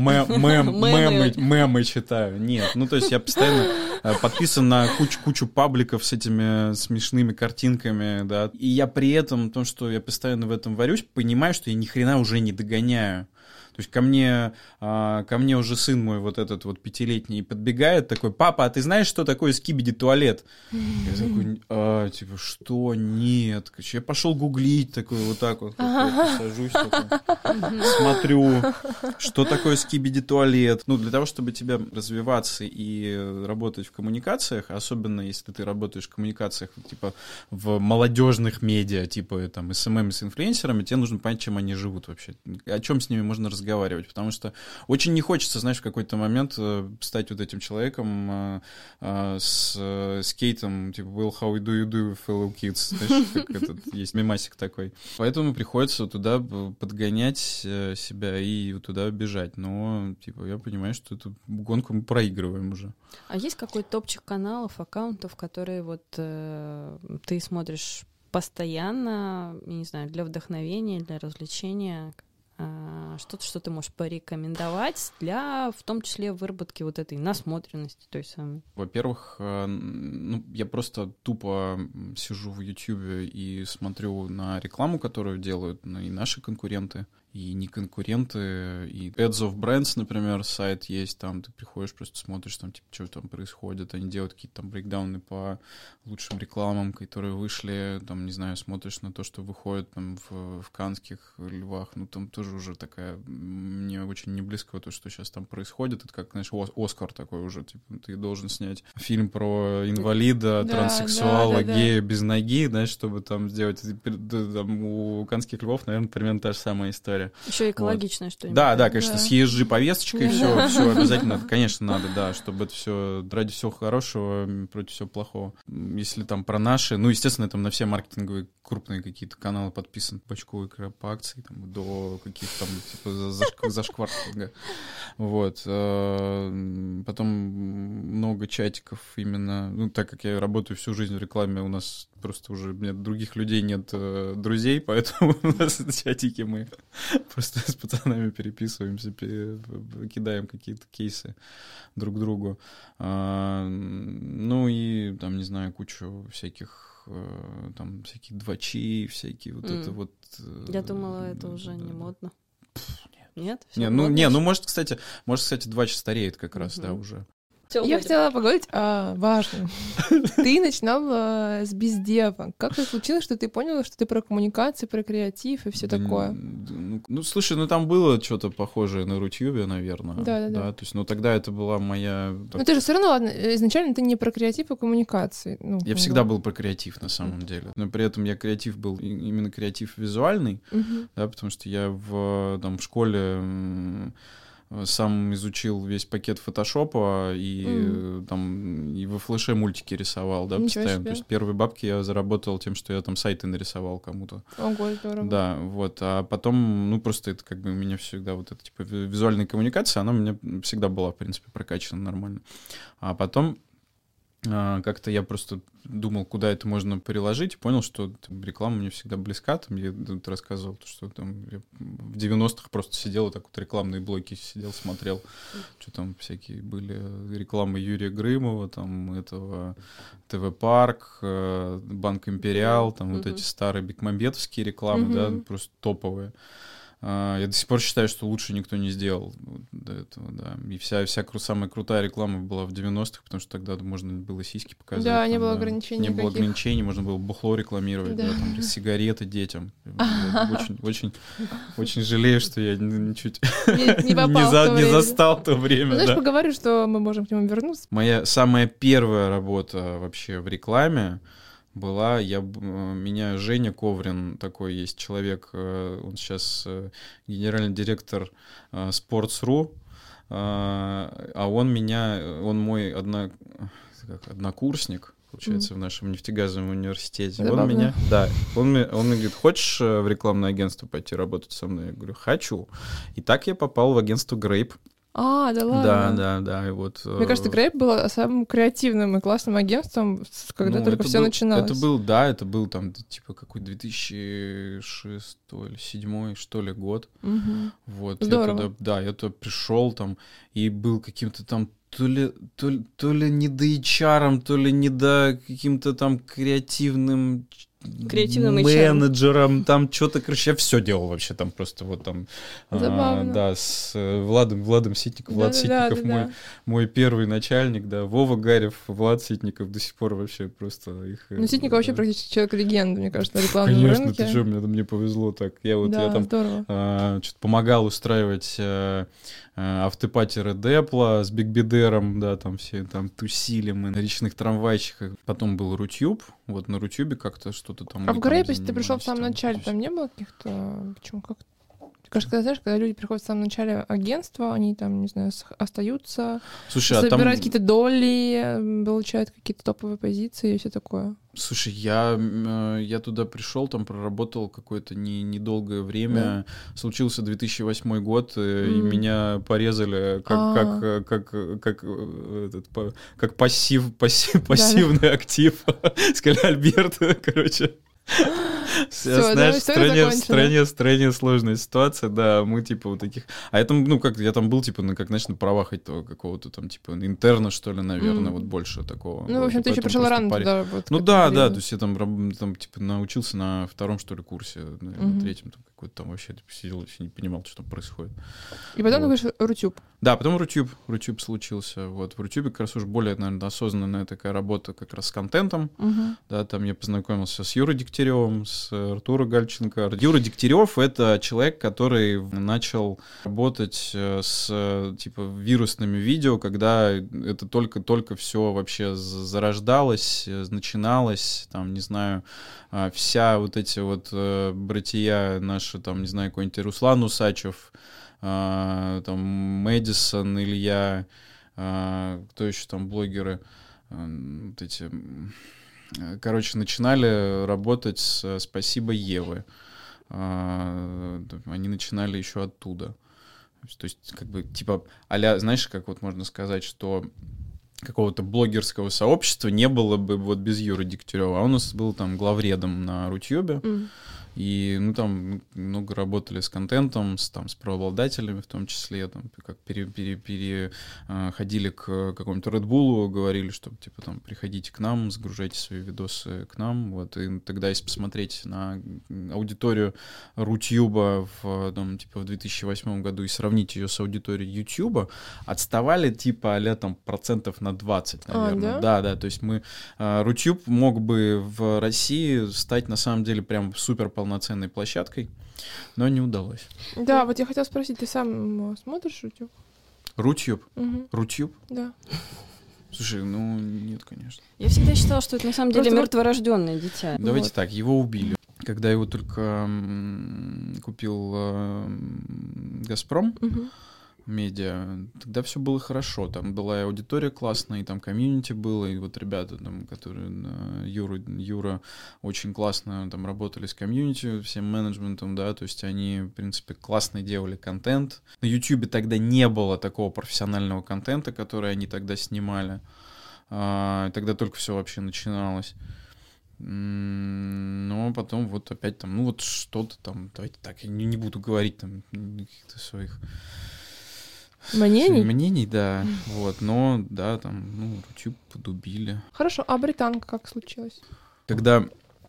Мемы читаю. Нет, то есть я постоянно подписан на кучу пабликов с этими смешными картинками, да. И я при этом, том, что я постоянно в этом варюсь, понимаю, что я ни хрена уже не догоняю. То есть ко мне уже сын мой вот этот вот 5-летний подбегает, такой: папа, а ты знаешь, что такое скибиди туалет? Я такой, что? Нет. Я пошел гуглить, такой вот так вот, сажусь, такой, смотрю, что такое скибиди туалет. Для того, чтобы тебе развиваться и работать в коммуникациях, особенно если ты работаешь в коммуникациях, типа в молодежных медиа, типа там СММ с инфлюенсерами, тебе нужно понять, чем они живут вообще, о чем с ними можно разговаривать, потому что очень не хочется, знаешь, в какой-то момент стать вот этим человеком с Кейтом, типа Will, how do you do, fellow kids, знаешь, как этот есть мемасик такой. Поэтому приходится туда подгонять себя и туда бежать, но типа я понимаю, что эту гонку мы проигрываем уже. А есть какой-то топчик каналов, аккаунтов, которые вот ты смотришь постоянно, не знаю, для вдохновения, для развлечения? Что-то, что ты можешь порекомендовать для, в том числе, выработки вот этой насмотренности той самой? Во-первых, я просто тупо сижу в Ютьюбе и смотрю на рекламу, которую делают и наши конкуренты, и не конкуренты, и Ads of Brands, например, сайт есть, там ты приходишь, просто смотришь, там, типа, что там происходит, они делают какие-то там брейкдауны по лучшим рекламам, которые вышли, там, не знаю, смотришь на то, что выходит там в Каннских львах, там тоже уже такая, мне очень не близко то, что сейчас там происходит, это как, знаешь, Оскар такой уже, типа, ты должен снять фильм про инвалида, транссексуала, гея без ноги, знаешь, чтобы там сделать, там, у Каннских львов, наверное, примерно та же самая история. Еще экологичное что-нибудь. Да, конечно, с ESG-повесточкой все обязательно, конечно, надо, да, чтобы это все ради всего хорошего, против всего плохого. Если там про наши, естественно, там на все маркетинговые крупные какие-то каналы подписаны по акции, там, до каких-то там, типа, зашквар. Вот. Потом много чатиков именно, ну, так как я работаю всю жизнь в рекламе, у нас просто уже нет других людей, нет друзей, поэтому у нас чатики, мы просто с пацанами переписываемся, кидаем какие-то кейсы друг другу. Ну и там, не знаю, кучу всяких там всякие двачи, всякие вот это вот. Я думала, это уже не модно. Нет? Может, кстати, двач стареет как раз, да, уже. Я хотела поговорить о важном. Ты начинал с бездева. Как это случилось, что ты поняла, что ты про коммуникации, про креатив и все такое? Ну, слушай, там было что-то похожее на Рутюбе, наверное. Да. То есть, тогда это была моя... Но ты же все равно, ладно, изначально ты не про креатив, а коммуникации. Я всегда был про креатив, на самом деле. Но при этом креатив был именно креатив визуальный, да, потому что я в школе... сам изучил весь пакет фотошопа и там и во флеше мультики рисовал, да, постоянно. То есть первые бабки я заработал тем, что я там сайты нарисовал кому-то. Ого, здорово. Да, вот. А потом, просто это как бы у меня всегда вот эта типа визуальная коммуникация, она у меня всегда была, в принципе, прокачана нормально. А потом как-то я просто думал, куда это можно приложить, и понял, что реклама мне всегда близка. Там я рассказывал, что там я в 90-х просто сидел, вот так вот рекламные блоки сидел, смотрел, что там всякие были рекламы Юрия Грымова, там этого ТВ-парк, Банк Империал, там вот эти старые бекмамбетовские рекламы, да, просто топовые. Я до сих пор считаю, что лучше никто не сделал до этого, да. И вся самая крутая реклама была в 90-х, потому что тогда можно было сиськи показать. Да, не было ограничений. Не было ограничений, можно было бухло рекламировать, да, там, сигареты детям. Очень жалею, что я чуть не застал то время. Знаешь, поговорю, что мы можем к нему вернуться. Моя самая первая работа вообще в рекламе была, меня Женя Коврин, такой есть человек, он сейчас генеральный директор Sports.ru, а он мой однокурсник, получается, в нашем нефтегазовом университете. Забавно. Он мне говорит, хочешь в рекламное агентство пойти работать со мной? Я говорю, хочу. И так я попал в агентство Grape. Да ладно? Да, и вот... Мне кажется, Grape был самым креативным и классным агентством, когда только все начиналось. Это был там, типа, какой 2006 или 2007, что ли, год. Вот. Здорово. Я туда пришел там и был каким-то там то ли не до HR, то ли не до каким-то там креативным менеджером, там что-то, короче, я все делал вообще там просто вот там. Забавно. С Владом Ситниковым. Влад Ситников мой первый начальник, да, Вова Гарев, Влад Ситников до сих пор вообще просто их... Ну, Ситников вообще практически человек-легенда, мне кажется, на рекламном рынке. Конечно, ты что, мне повезло так. Я там что-то помогал устраивать автопати Редепла с Бигбидером, да, там все там тусили мы на речных трамвайчиках. Потом был Рутюб, вот на Рутюбе как-то что-то там... А в Grape, если ты пришел в самом начале, там не было каких-то... Почему? Как? Мне кажется, знаешь, когда люди приходят в самом начале агентства, они там, не знаю, остаются, собирают какие-то доли, получают какие-то топовые позиции и все такое. Слушай, я туда пришел, там проработал какое-то недолгое время. Случился 2008 год, и меня порезали как пассивный актив. Сказали, Альберт, короче. Знаешь, в стране сложная ситуация, да, мы типа вот таких... А это, я там был, типа, на правах этого какого-то там, типа, интерна, что ли, наверное, вот больше такого. Ну, в общем, ты еще пришел рано туда. Да, то есть я там, типа, научился на втором, что ли, курсе, на третьем, там, какой-то там вообще сидел, еще не понимал, что там происходит. И потом ты вышел Рутюб. Да, потом Рутюб случился, вот. В Рутюбе как раз уже более, наверное, осознанная такая работа как раз с контентом, да, там я познакомился с Юрой Дегтяревым, с Артуром Гальченко. Юра Дегтярев — это человек, который начал работать с, типа, вирусными видео, когда это только все вообще зарождалось, начиналось, там, не знаю, вся вот эти вот братья наши, там, не знаю, какой-нибудь Руслан Усачев, там, Мэдисон, Илья, кто еще там блогеры, вот эти... Короче, начинали работать с «Спасибо, Евы». Они начинали еще оттуда. То есть, как бы, типа, а-ля, знаешь, как вот можно сказать, что какого-то блогерского сообщества не было бы вот без Юры Дегтярева. А он у нас был там главредом на Рутьюбе. И, ну, там много работали с контентом, с правообладателями в том числе, там, как переходили к какому-то Red Bull, говорили, что, типа, там, приходите к нам, загружайте свои видосы к нам, вот, и тогда, если посмотреть на аудиторию Рутьюба в 2008 году и сравнить ее с аудиторией Ютьюба, отставали, типа, а-ля, там, процентов на 20, наверное. Да, то есть Рутьюб мог бы в России стать, на самом деле, прям супер полноценной площадкой, но не удалось. Да, вот я хотела спросить, ты сам смотришь YouTube? Рутьюб? Угу. Рутьюб? Да. Слушай, ну нет, конечно. Я всегда считала, что это на самом деле мертворожденное дитя. Давайте так, его убили. Когда его только купил «Газпром», медиа, тогда все было хорошо, там была и аудитория классная, и там комьюнити было, и вот ребята, там, которые, Юра очень классно там работали с комьюнити, всем менеджментом, да, то есть они, в принципе, классно делали контент. На Ютубе тогда не было такого профессионального контента, который они тогда снимали, тогда только все вообще начиналось. Но потом вот опять там, ну вот что-то там, давайте так, я не буду говорить там каких-то своих мнений, да, вот, но, да, там, ну, Рутюб подубили. Хорошо, а британка как случилось? Когда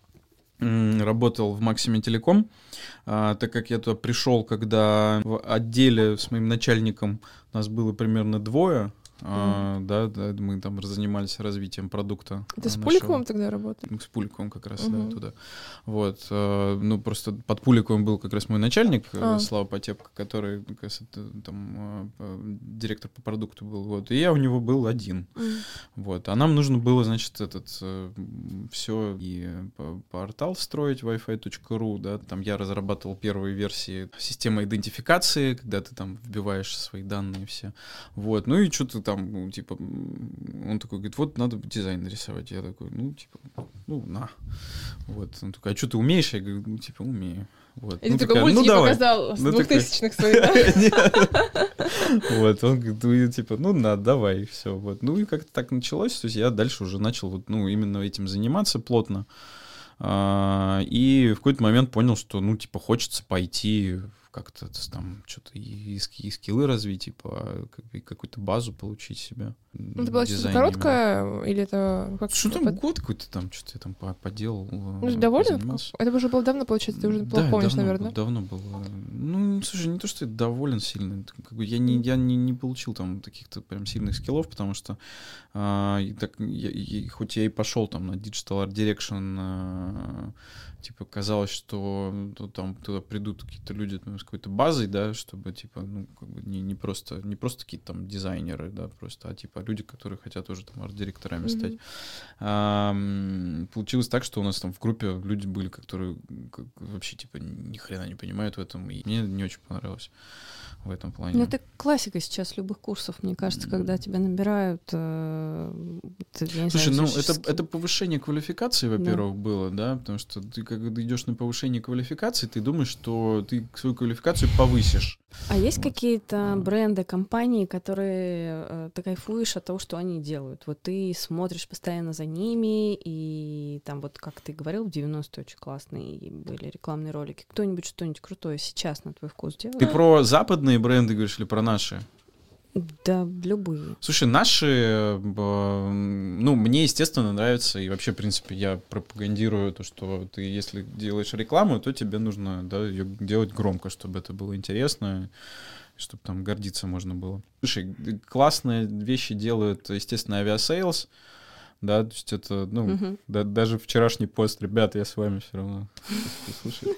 работал в Максиме Телеком, так как я туда пришел, когда в отделе с моим начальником нас было примерно 2, да, мы там занимались развитием продукта. Ты с Пуликовым тогда работали? С Пуликовым как раз, да, туда. Вот, ну, просто под Пуликовым был как раз мой начальник, Слава Потепко, который, как раз, там, директор по продукту был, вот, и я у него был один, вот, а нам нужно было, значит, все и портал строить, wi-fi.ru, да, там я разрабатывал первые версии системы идентификации, когда ты там вбиваешь свои данные все, вот, ну, и что-то там, ну, типа, он такой говорит, вот надо дизайн нарисовать. Я такой, ну, типа, ну, на. Вот. Он такой, а что ты умеешь? Я говорю, ну, типа, умею. Вот. И ты такой мультики показал с 2000-х своих, вот, он говорит, ну, типа, ну, на, давай, все. Вот. Ну, и как-то так началось. То есть я дальше уже начал вот, ну, именно этим заниматься плотно. И в какой-то момент понял, что, ну, типа, хочется пойти как-то там что-то и скиллы развить, типа какую-то базу получить себе. Ну, это было что-то короткое, или это... Что там, год какой-то там, что-то я там поделал. Ну, доволен? Это уже было давно, получается, ты уже плохо помнишь, наверное. Давно было. Ну, слушай, не то, что я доволен сильно. Как бы я не получил там каких-то прям сильных скиллов, потому что хоть я и пошел там на Digital Art Direction, типа, казалось, что там туда придут какие-то люди там, с какой-то базой, да, чтобы, типа, ну, как бы не просто какие-то там дизайнеры, да, просто, а, типа, люди, которые хотят уже там арт-директорами стать. Получилось так, что у нас там в группе люди были, которые вообще, типа, ни хрена не понимают в этом, и мне не очень понравилось в этом плане. Ну, это классика сейчас любых курсов, мне кажется, когда тебя набирают. Слушай, ну это повышение квалификации, во-первых, было, да, потому что ты, когда идешь на повышение квалификации, ты думаешь, что ты свою квалификацию повысишь. А есть какие-то бренды, компании, которые ты кайфуешь от того, что они делают? Вот ты смотришь постоянно за ними, и там вот, как ты говорил, в 90-е очень классные были рекламные ролики. Кто-нибудь что-нибудь крутое сейчас на твой вкус делает? Ты про западные бренды говоришь или про наши? Да, любые. Слушай, наши, ну, мне, естественно, нравится, и вообще, в принципе, я пропагандирую то, что ты, если делаешь рекламу, то тебе нужно, да, ее делать громко, чтобы это было интересно, чтобы там гордиться можно было. Слушай, классные вещи делают, естественно, авиасейлс, да, то есть это, ну, даже вчерашний пост, ребята, я с вами все равно, слушай.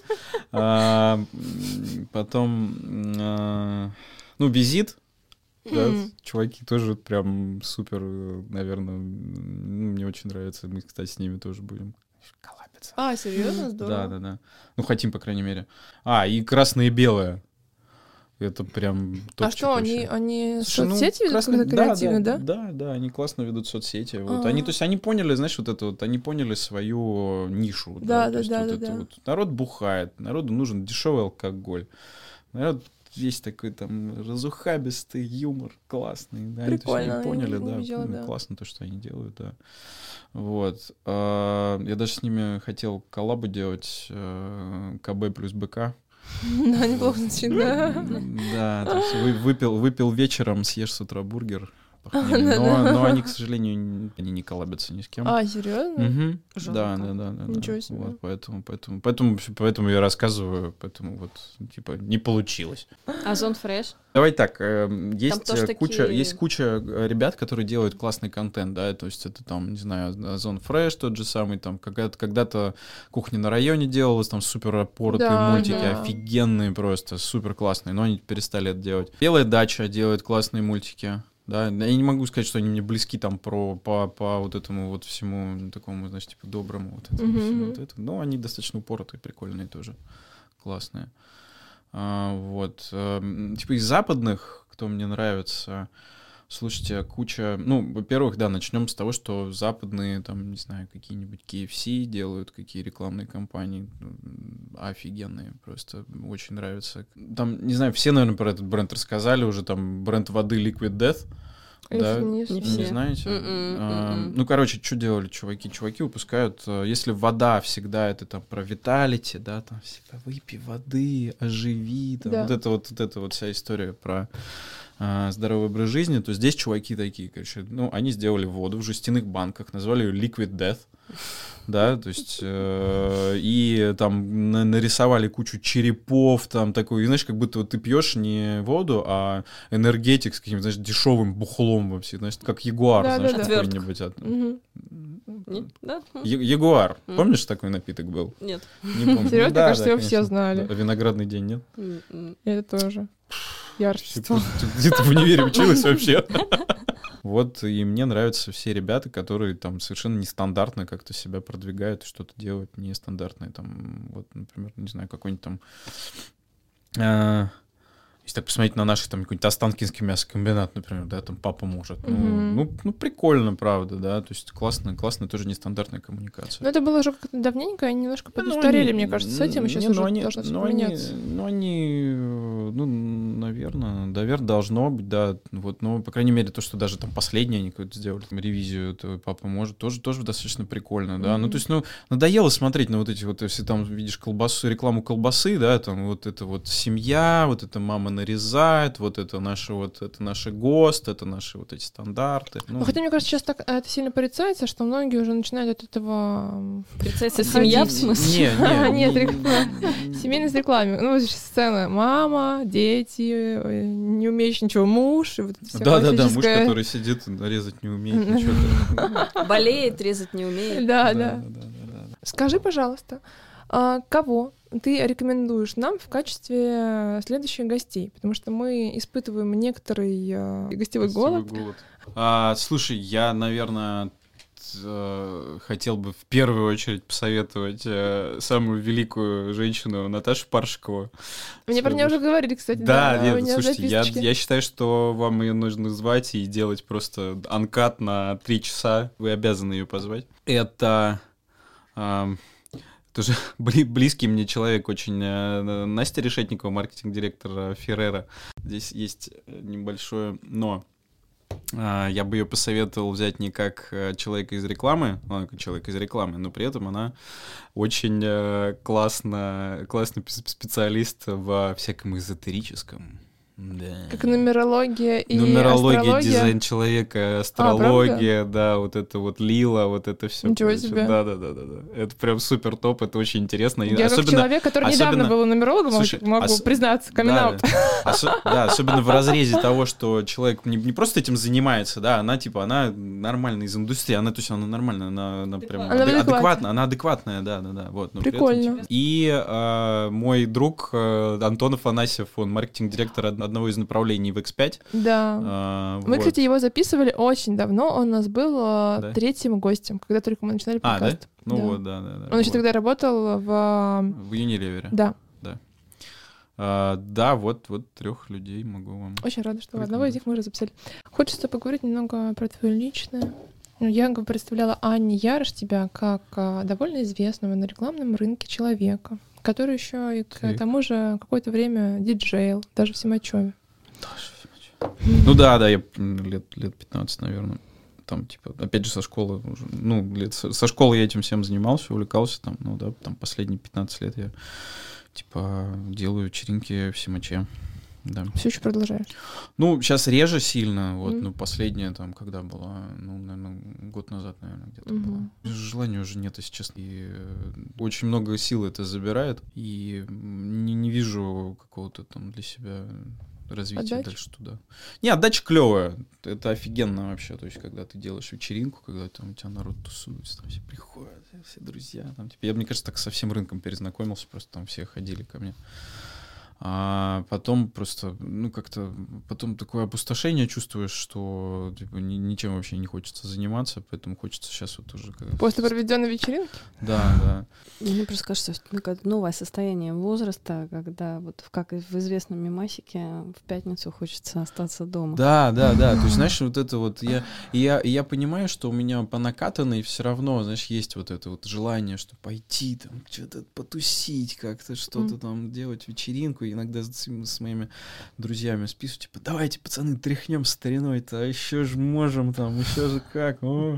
Потом, ну, Визит. Да, чуваки тоже прям супер, наверное, мне очень нравится. Мы, кстати, с ними тоже будем коллабиться. Серьезно? Здорово. Да. Ну, хотим, по крайней мере. И красное и белое. это прям топчик. А что, вообще. они Слушай, соцсети ведут как-то креативно, да? Да, они классно ведут соцсети. Вот. Они, то есть они поняли, знаешь, вот это вот, они поняли свою нишу. Да. Вот. Народ бухает, народу нужен дешевый алкоголь. Народ весь такой там разухабистый, юмор классный. Да? Прикольно. Они поняли, не видела, да. классно то, что они делают, да. Вот. Я даже с ними хотел коллабу делать, КБ плюс БК. Да, неплохо звучит, да. Да, то есть выпил вечером, съешь с утра бургер. Но они, к сожалению, они не коллабятся ни с кем. А, серьезно? Да. Ничего себе. Вот, поэтому я рассказываю, поэтому вот, типа, не получилось. Озон Фреш? Давай так, есть куча ребят, которые делают классный контент, да, то есть это там, не знаю, Озон Фреш тот же самый, там когда-то «Кухня на районе» делалась, там супер опоротые мультики, офигенные просто, супер классные, но они перестали это делать. «Белая дача» делает классные мультики. Да, я не могу сказать, что они мне близки там по вот этому вот всему такому, значит, типа доброму вот этому всему вот это. Но они достаточно упоротые, прикольные тоже, классные. Вот. Типа из западных, кто мне нравится, слушайте, куча... Ну, во-первых, да, начнем с того, что западные, там, не знаю, какие-нибудь KFC делают, какие рекламные кампании офигенные, просто очень нравится. Там, не знаю, все, наверное, про этот бренд рассказали уже, там, бренд воды Liquid Death. Да, Не знаете? Ну, короче, что делали чуваки? Чуваки выпускают, если вода всегда это там про виталити, да, там всегда выпей воды, оживи, там, Да. вот эта вот вся история про здоровый образ жизни, то здесь чуваки такие, короче, ну, они сделали воду в жестяных банках, назвали ее Liquid Death, да, то есть, и там нарисовали кучу черепов, там такой, и, знаешь, как будто вот ты пьешь не воду, а энергетик с каким-то, знаешь, дешевым бухлом вообще, знаешь, как Ягуар, Да, знаешь, да, да. какой-нибудь. Да? Ягуар, помнишь, такой напиток был? Нет. Не помню. Серьезно, Да, кажется, его конечно. все знали. Да, виноградный день, нет? Это тоже. Ярчество. Ты где-то в универе училась вообще? Вот, и мне нравятся все ребята, которые там совершенно нестандартно как-то себя продвигают и что-то делают нестандартное. Там, вот, например, не знаю, какой-нибудь там... Если так посмотреть на наши, там, какой-нибудь Останкинский мясокомбинат, например, да, там папа может. Ну, прикольно, правда, да, то есть классно, тоже нестандартная коммуникация. Но это было уже как-то давненько, они немножко подустарели, мне кажется, с этим, и сейчас уже должно все поменяться. Наверное, должно быть, да, вот, но, по крайней мере, то, что даже там последние они какую-то сделали, там, ревизию этого папа может, тоже достаточно прикольно, да, ну, то есть, надоело смотреть на вот эти вот, если там видишь колбасу, рекламу колбасы, да, там, вот это вот семья, вот это мама нарезает, вот это наши ГОСТ, это наши вот эти стандарты. Ну, хотя, мне кажется, сейчас так это сильно порицается, что многие уже начинают от этого... Порицается семья, в смысле? Нет, семейность рекламе. Ну, вот сцена мама, дети, не умеющий ничего муж, и вот это всё Да, муж, классическое. который сидит, резать не умеет, ничего. Болеет, резать не умеет. Да. Скажи, пожалуйста, кого ты рекомендуешь нам в качестве следующих гостей? Потому что мы испытываем некоторый гостевой голод. Слушай, я, наверное, хотел бы в первую очередь посоветовать самую великую женщину Наташу Паршикову. Мне про нее уже говорили, кстати. Да, нет, слушайте, я считаю, что вам ее нужно звать и делать просто анкат на 3 часа. Вы обязаны ее позвать. Это... тоже близкий мне человек очень, Настя Решетникова, маркетинг-директор Феррера. Здесь есть небольшое «но». Я бы ее посоветовал взять не как человека из рекламы, как человек из рекламы, но при этом она очень классный специалист во всяком эзотерическом. Да. Как нумерология и нумерология, астрология. дизайн человека, астрология, да, вот это вот лила, вот это все. Ничего себе. Да. Это прям супер топ, это очень интересно. Я как человек, который недавно был нумерологом, могу признаться, камин-аут. Да, особенно в разрезе того, что человек не просто этим занимается, да, она нормально из индустрии, она нормально, она прям адекватная, она адекватная, да, вот. Прикольно. И мой друг Антон Афанасьев, он маркетинг-директор одного из направлений в X5. Да. Мы, кстати, его записывали очень давно. Он у нас был третьим гостем, когда только мы начинали подкаст. Да? Да. Он еще тогда работал в Unilever. Да. Да, вот 3 людей могу вам... Очень рада, что одного из них мы уже записали. Хочется поговорить немного про твое личное. Я представляла Анне Ярош тебя как довольно известного на рекламном рынке человека, который еще и к тому же какое-то время диджейл, даже в Симачеве. Ну да, я лет 15, наверное. Там, типа, опять же, со школы уже, со школы я этим всем занимался, увлекался, там, там последние 15 лет я, типа, делаю вечеринки в Симаче. Да. Все еще продолжаешь? Сейчас реже сильно, последняя там, когда была, наверное, год назад, наверное, где-то была. Желания уже нет, если честно. И очень много сил это забирает, и не вижу какого-то там для себя развития дальше туда. Не, отдача клевая. Это офигенно вообще. То есть, когда ты делаешь вечеринку, когда там у тебя народ тусуется, там все приходят, все друзья. Там, типа, я, мне кажется, так со всем рынком перезнакомился, просто там все ходили ко мне. А потом просто, как-то потом такое опустошение чувствуешь, что типа, ничем вообще не хочется заниматься, поэтому хочется сейчас вот уже... После проведенной вечеринки? Да. Мне просто кажется, что новое состояние возраста, когда вот как в известном мемасике в пятницу хочется остаться дома. Да. То есть, знаешь, вот это вот... Я понимаю, что у меня по накатанной все равно, знаешь, есть вот это вот желание, что пойти там, что-то потусить как-то, что-то там делать, вечеринку. Иногда с моими друзьями списываю, типа, давайте, пацаны, тряхнем стариной-то, а еще же можем там, еще же как,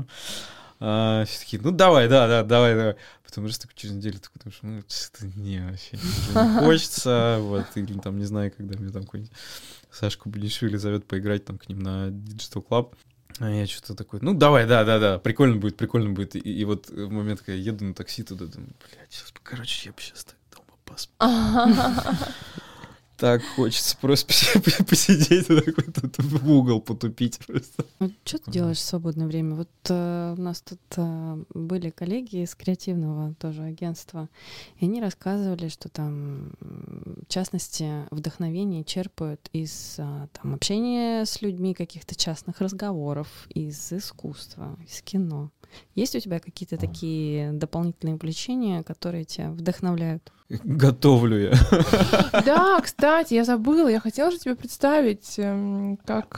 все такие, давай. Потом раз такой через неделю такой, потому что, что-то вообще не хочется, вот, или там, не знаю, когда мне там какой-нибудь Сашку Бунишвили зовет поиграть там к ним на Digital Club, а я что-то такой, давай, да, прикольно будет, и вот в момент, когда я еду на такси туда, думаю, сейчас, я бы сейчас так дома поспал. Так хочется просто посидеть тут в угол, потупить просто. Что ты делаешь в свободное время? Вот у нас тут были коллеги из креативного тоже агентства, и они рассказывали, что там, в частности, вдохновение черпают из там, общения с людьми, каких-то частных разговоров, из искусства, из кино. Есть у тебя какие-то такие дополнительные увлечения, которые тебя вдохновляют? Готовлю я. Да, кстати, я забыла. Я хотела же тебе представить, как...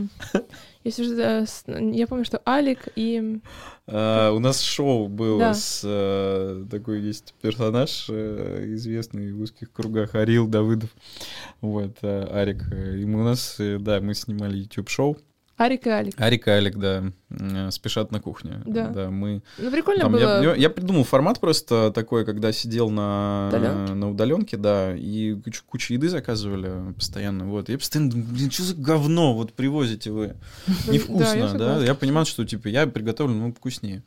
Я помню, что Алик и... У нас шоу было с... Такой есть персонаж, известный в узких кругах, Арил Давыдов. Вот, Арик. И мы снимали YouTube-шоу. Арик и Алик. Арик и Алик, да. Спешат на кухне. Да. Мы... прикольно там, было. Я придумал формат просто такой, когда сидел на удаленке, да, и кучу еды заказывали постоянно. Вот. Я постоянно думаю, что за говно вот привозите вы? Невкусно, да? Я понимал, что типа я приготовлю, вкуснее.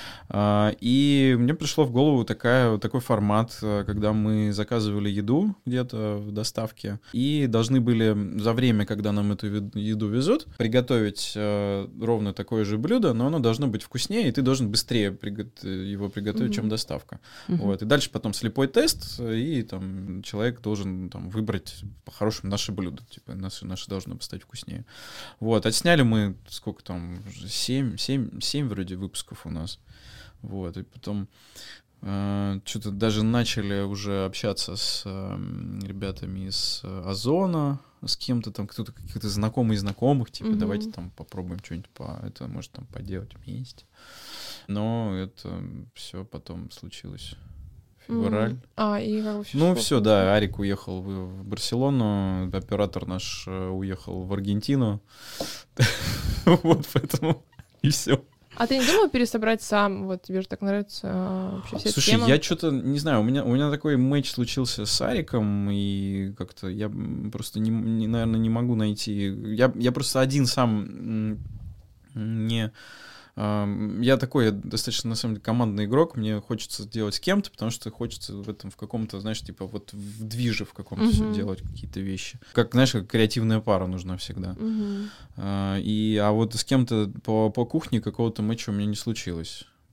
И мне пришло в голову такой формат, когда мы заказывали еду где-то в доставке и должны были за время, когда нам эту еду везут, приготовить ровно такое же блюдо, но оно должно быть вкуснее, и ты должен быстрее его приготовить, чем доставка. Вот. И дальше потом слепой тест, и там человек должен там, выбрать по-хорошему наше блюдо. Типа наше должно стать вкуснее. Вот. Отсняли мы, сколько там, 7 вроде выпусков у нас. Вот, и потом что-то даже начали уже общаться с ребятами из Озона, с кем-то там, кто-то каких-то знакомых, типа, давайте там попробуем что-нибудь это может там поделать вместе. Но это все потом случилось. Февраль. И как вообще все, да, Арик уехал в Барселону, оператор наш уехал в Аргентину. Вот, поэтому и все. А ты не думал пересобрать сам? Вот тебе же так нравится вообще вся Слушай, тема. я что-то, не знаю, у меня такой матч случился с Ариком, и как-то я просто, наверное, не могу найти... Я просто один сам не... Я достаточно, на самом деле, командный игрок, мне хочется делать с кем-то, потому что хочется в каком-то, знаешь, типа вот в движе в каком-то все делать какие-то вещи. Как, знаешь, как креативная пара нужна всегда. А вот с кем-то по кухне какого-то матча у меня не случилось.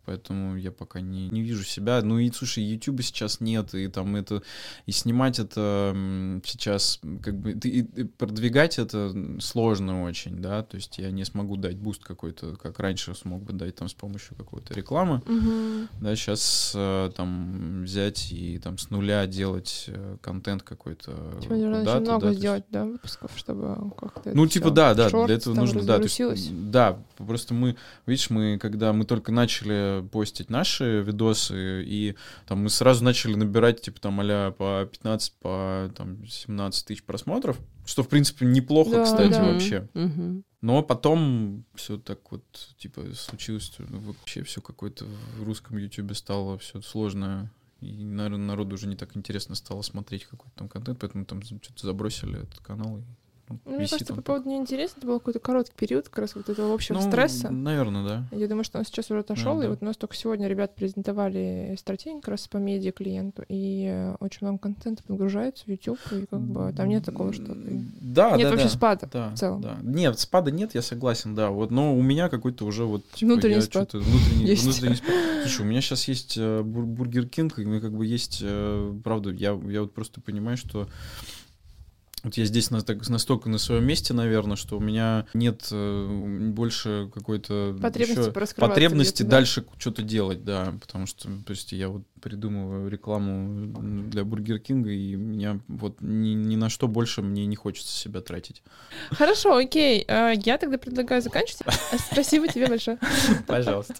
поэтому я пока не вижу себя. Ну и, слушай, YouTube сейчас нет, и там это, и снимать это сейчас, как бы, и продвигать это сложно очень, да, то есть я не смогу дать буст какой-то, как раньше смог бы дать там с помощью какой-то рекламы, да, сейчас там взять и там с нуля делать контент какой-то куда-то. Очень много сделать, да, выпусков, чтобы как-то... Ну, типа, да, для этого нужно, да, то есть, да, просто мы, видишь, когда мы только начали постить наши видосы, и там мы сразу начали набирать, типа, там, а-ля по 15, по там 17 тысяч просмотров, что, в принципе, неплохо, да, кстати, да. Вообще. Но потом все так вот, типа, случилось, вообще все какое-то в русском Ютубе стало все сложно, и, наверное, народу уже не так интересно стало смотреть какой-то там контент, поэтому там что-то забросили этот канал. Мне кажется, по поводу неинтересно, это был какой-то короткий период как раз вот этого общего стресса. Наверное, да. Я думаю, что он сейчас уже отошел, и вот у нас только сегодня ребят презентовали стратегию как раз по медиа клиенту, и очень много контента подгружается в YouTube, и как бы там нет такого, что нет вообще спада в целом. Да. Нет, спада нет, я согласен, да. Вот, но у меня какой-то уже вот типа, внутренний спад. Внутренний спад. Слушай, у меня сейчас есть Бургер Кинг, и у меня как бы есть, правда, я вот просто понимаю, что вот я здесь настолько на своем месте, наверное, что у меня нет больше какой-то потребности дальше что-то делать, да, потому что, то есть я вот придумываю рекламу для Бургер Кинга, и меня вот ни на что больше мне не хочется себя тратить. Хорошо, окей, я тогда предлагаю заканчивать. Спасибо тебе большое. Пожалуйста.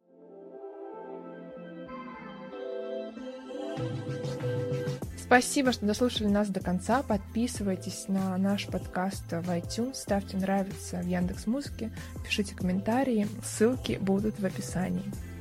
Спасибо, что дослушали нас до конца. Подписывайтесь на наш подкаст в iTunes, ставьте нравится в Яндекс.Музыке, пишите комментарии, ссылки будут в описании.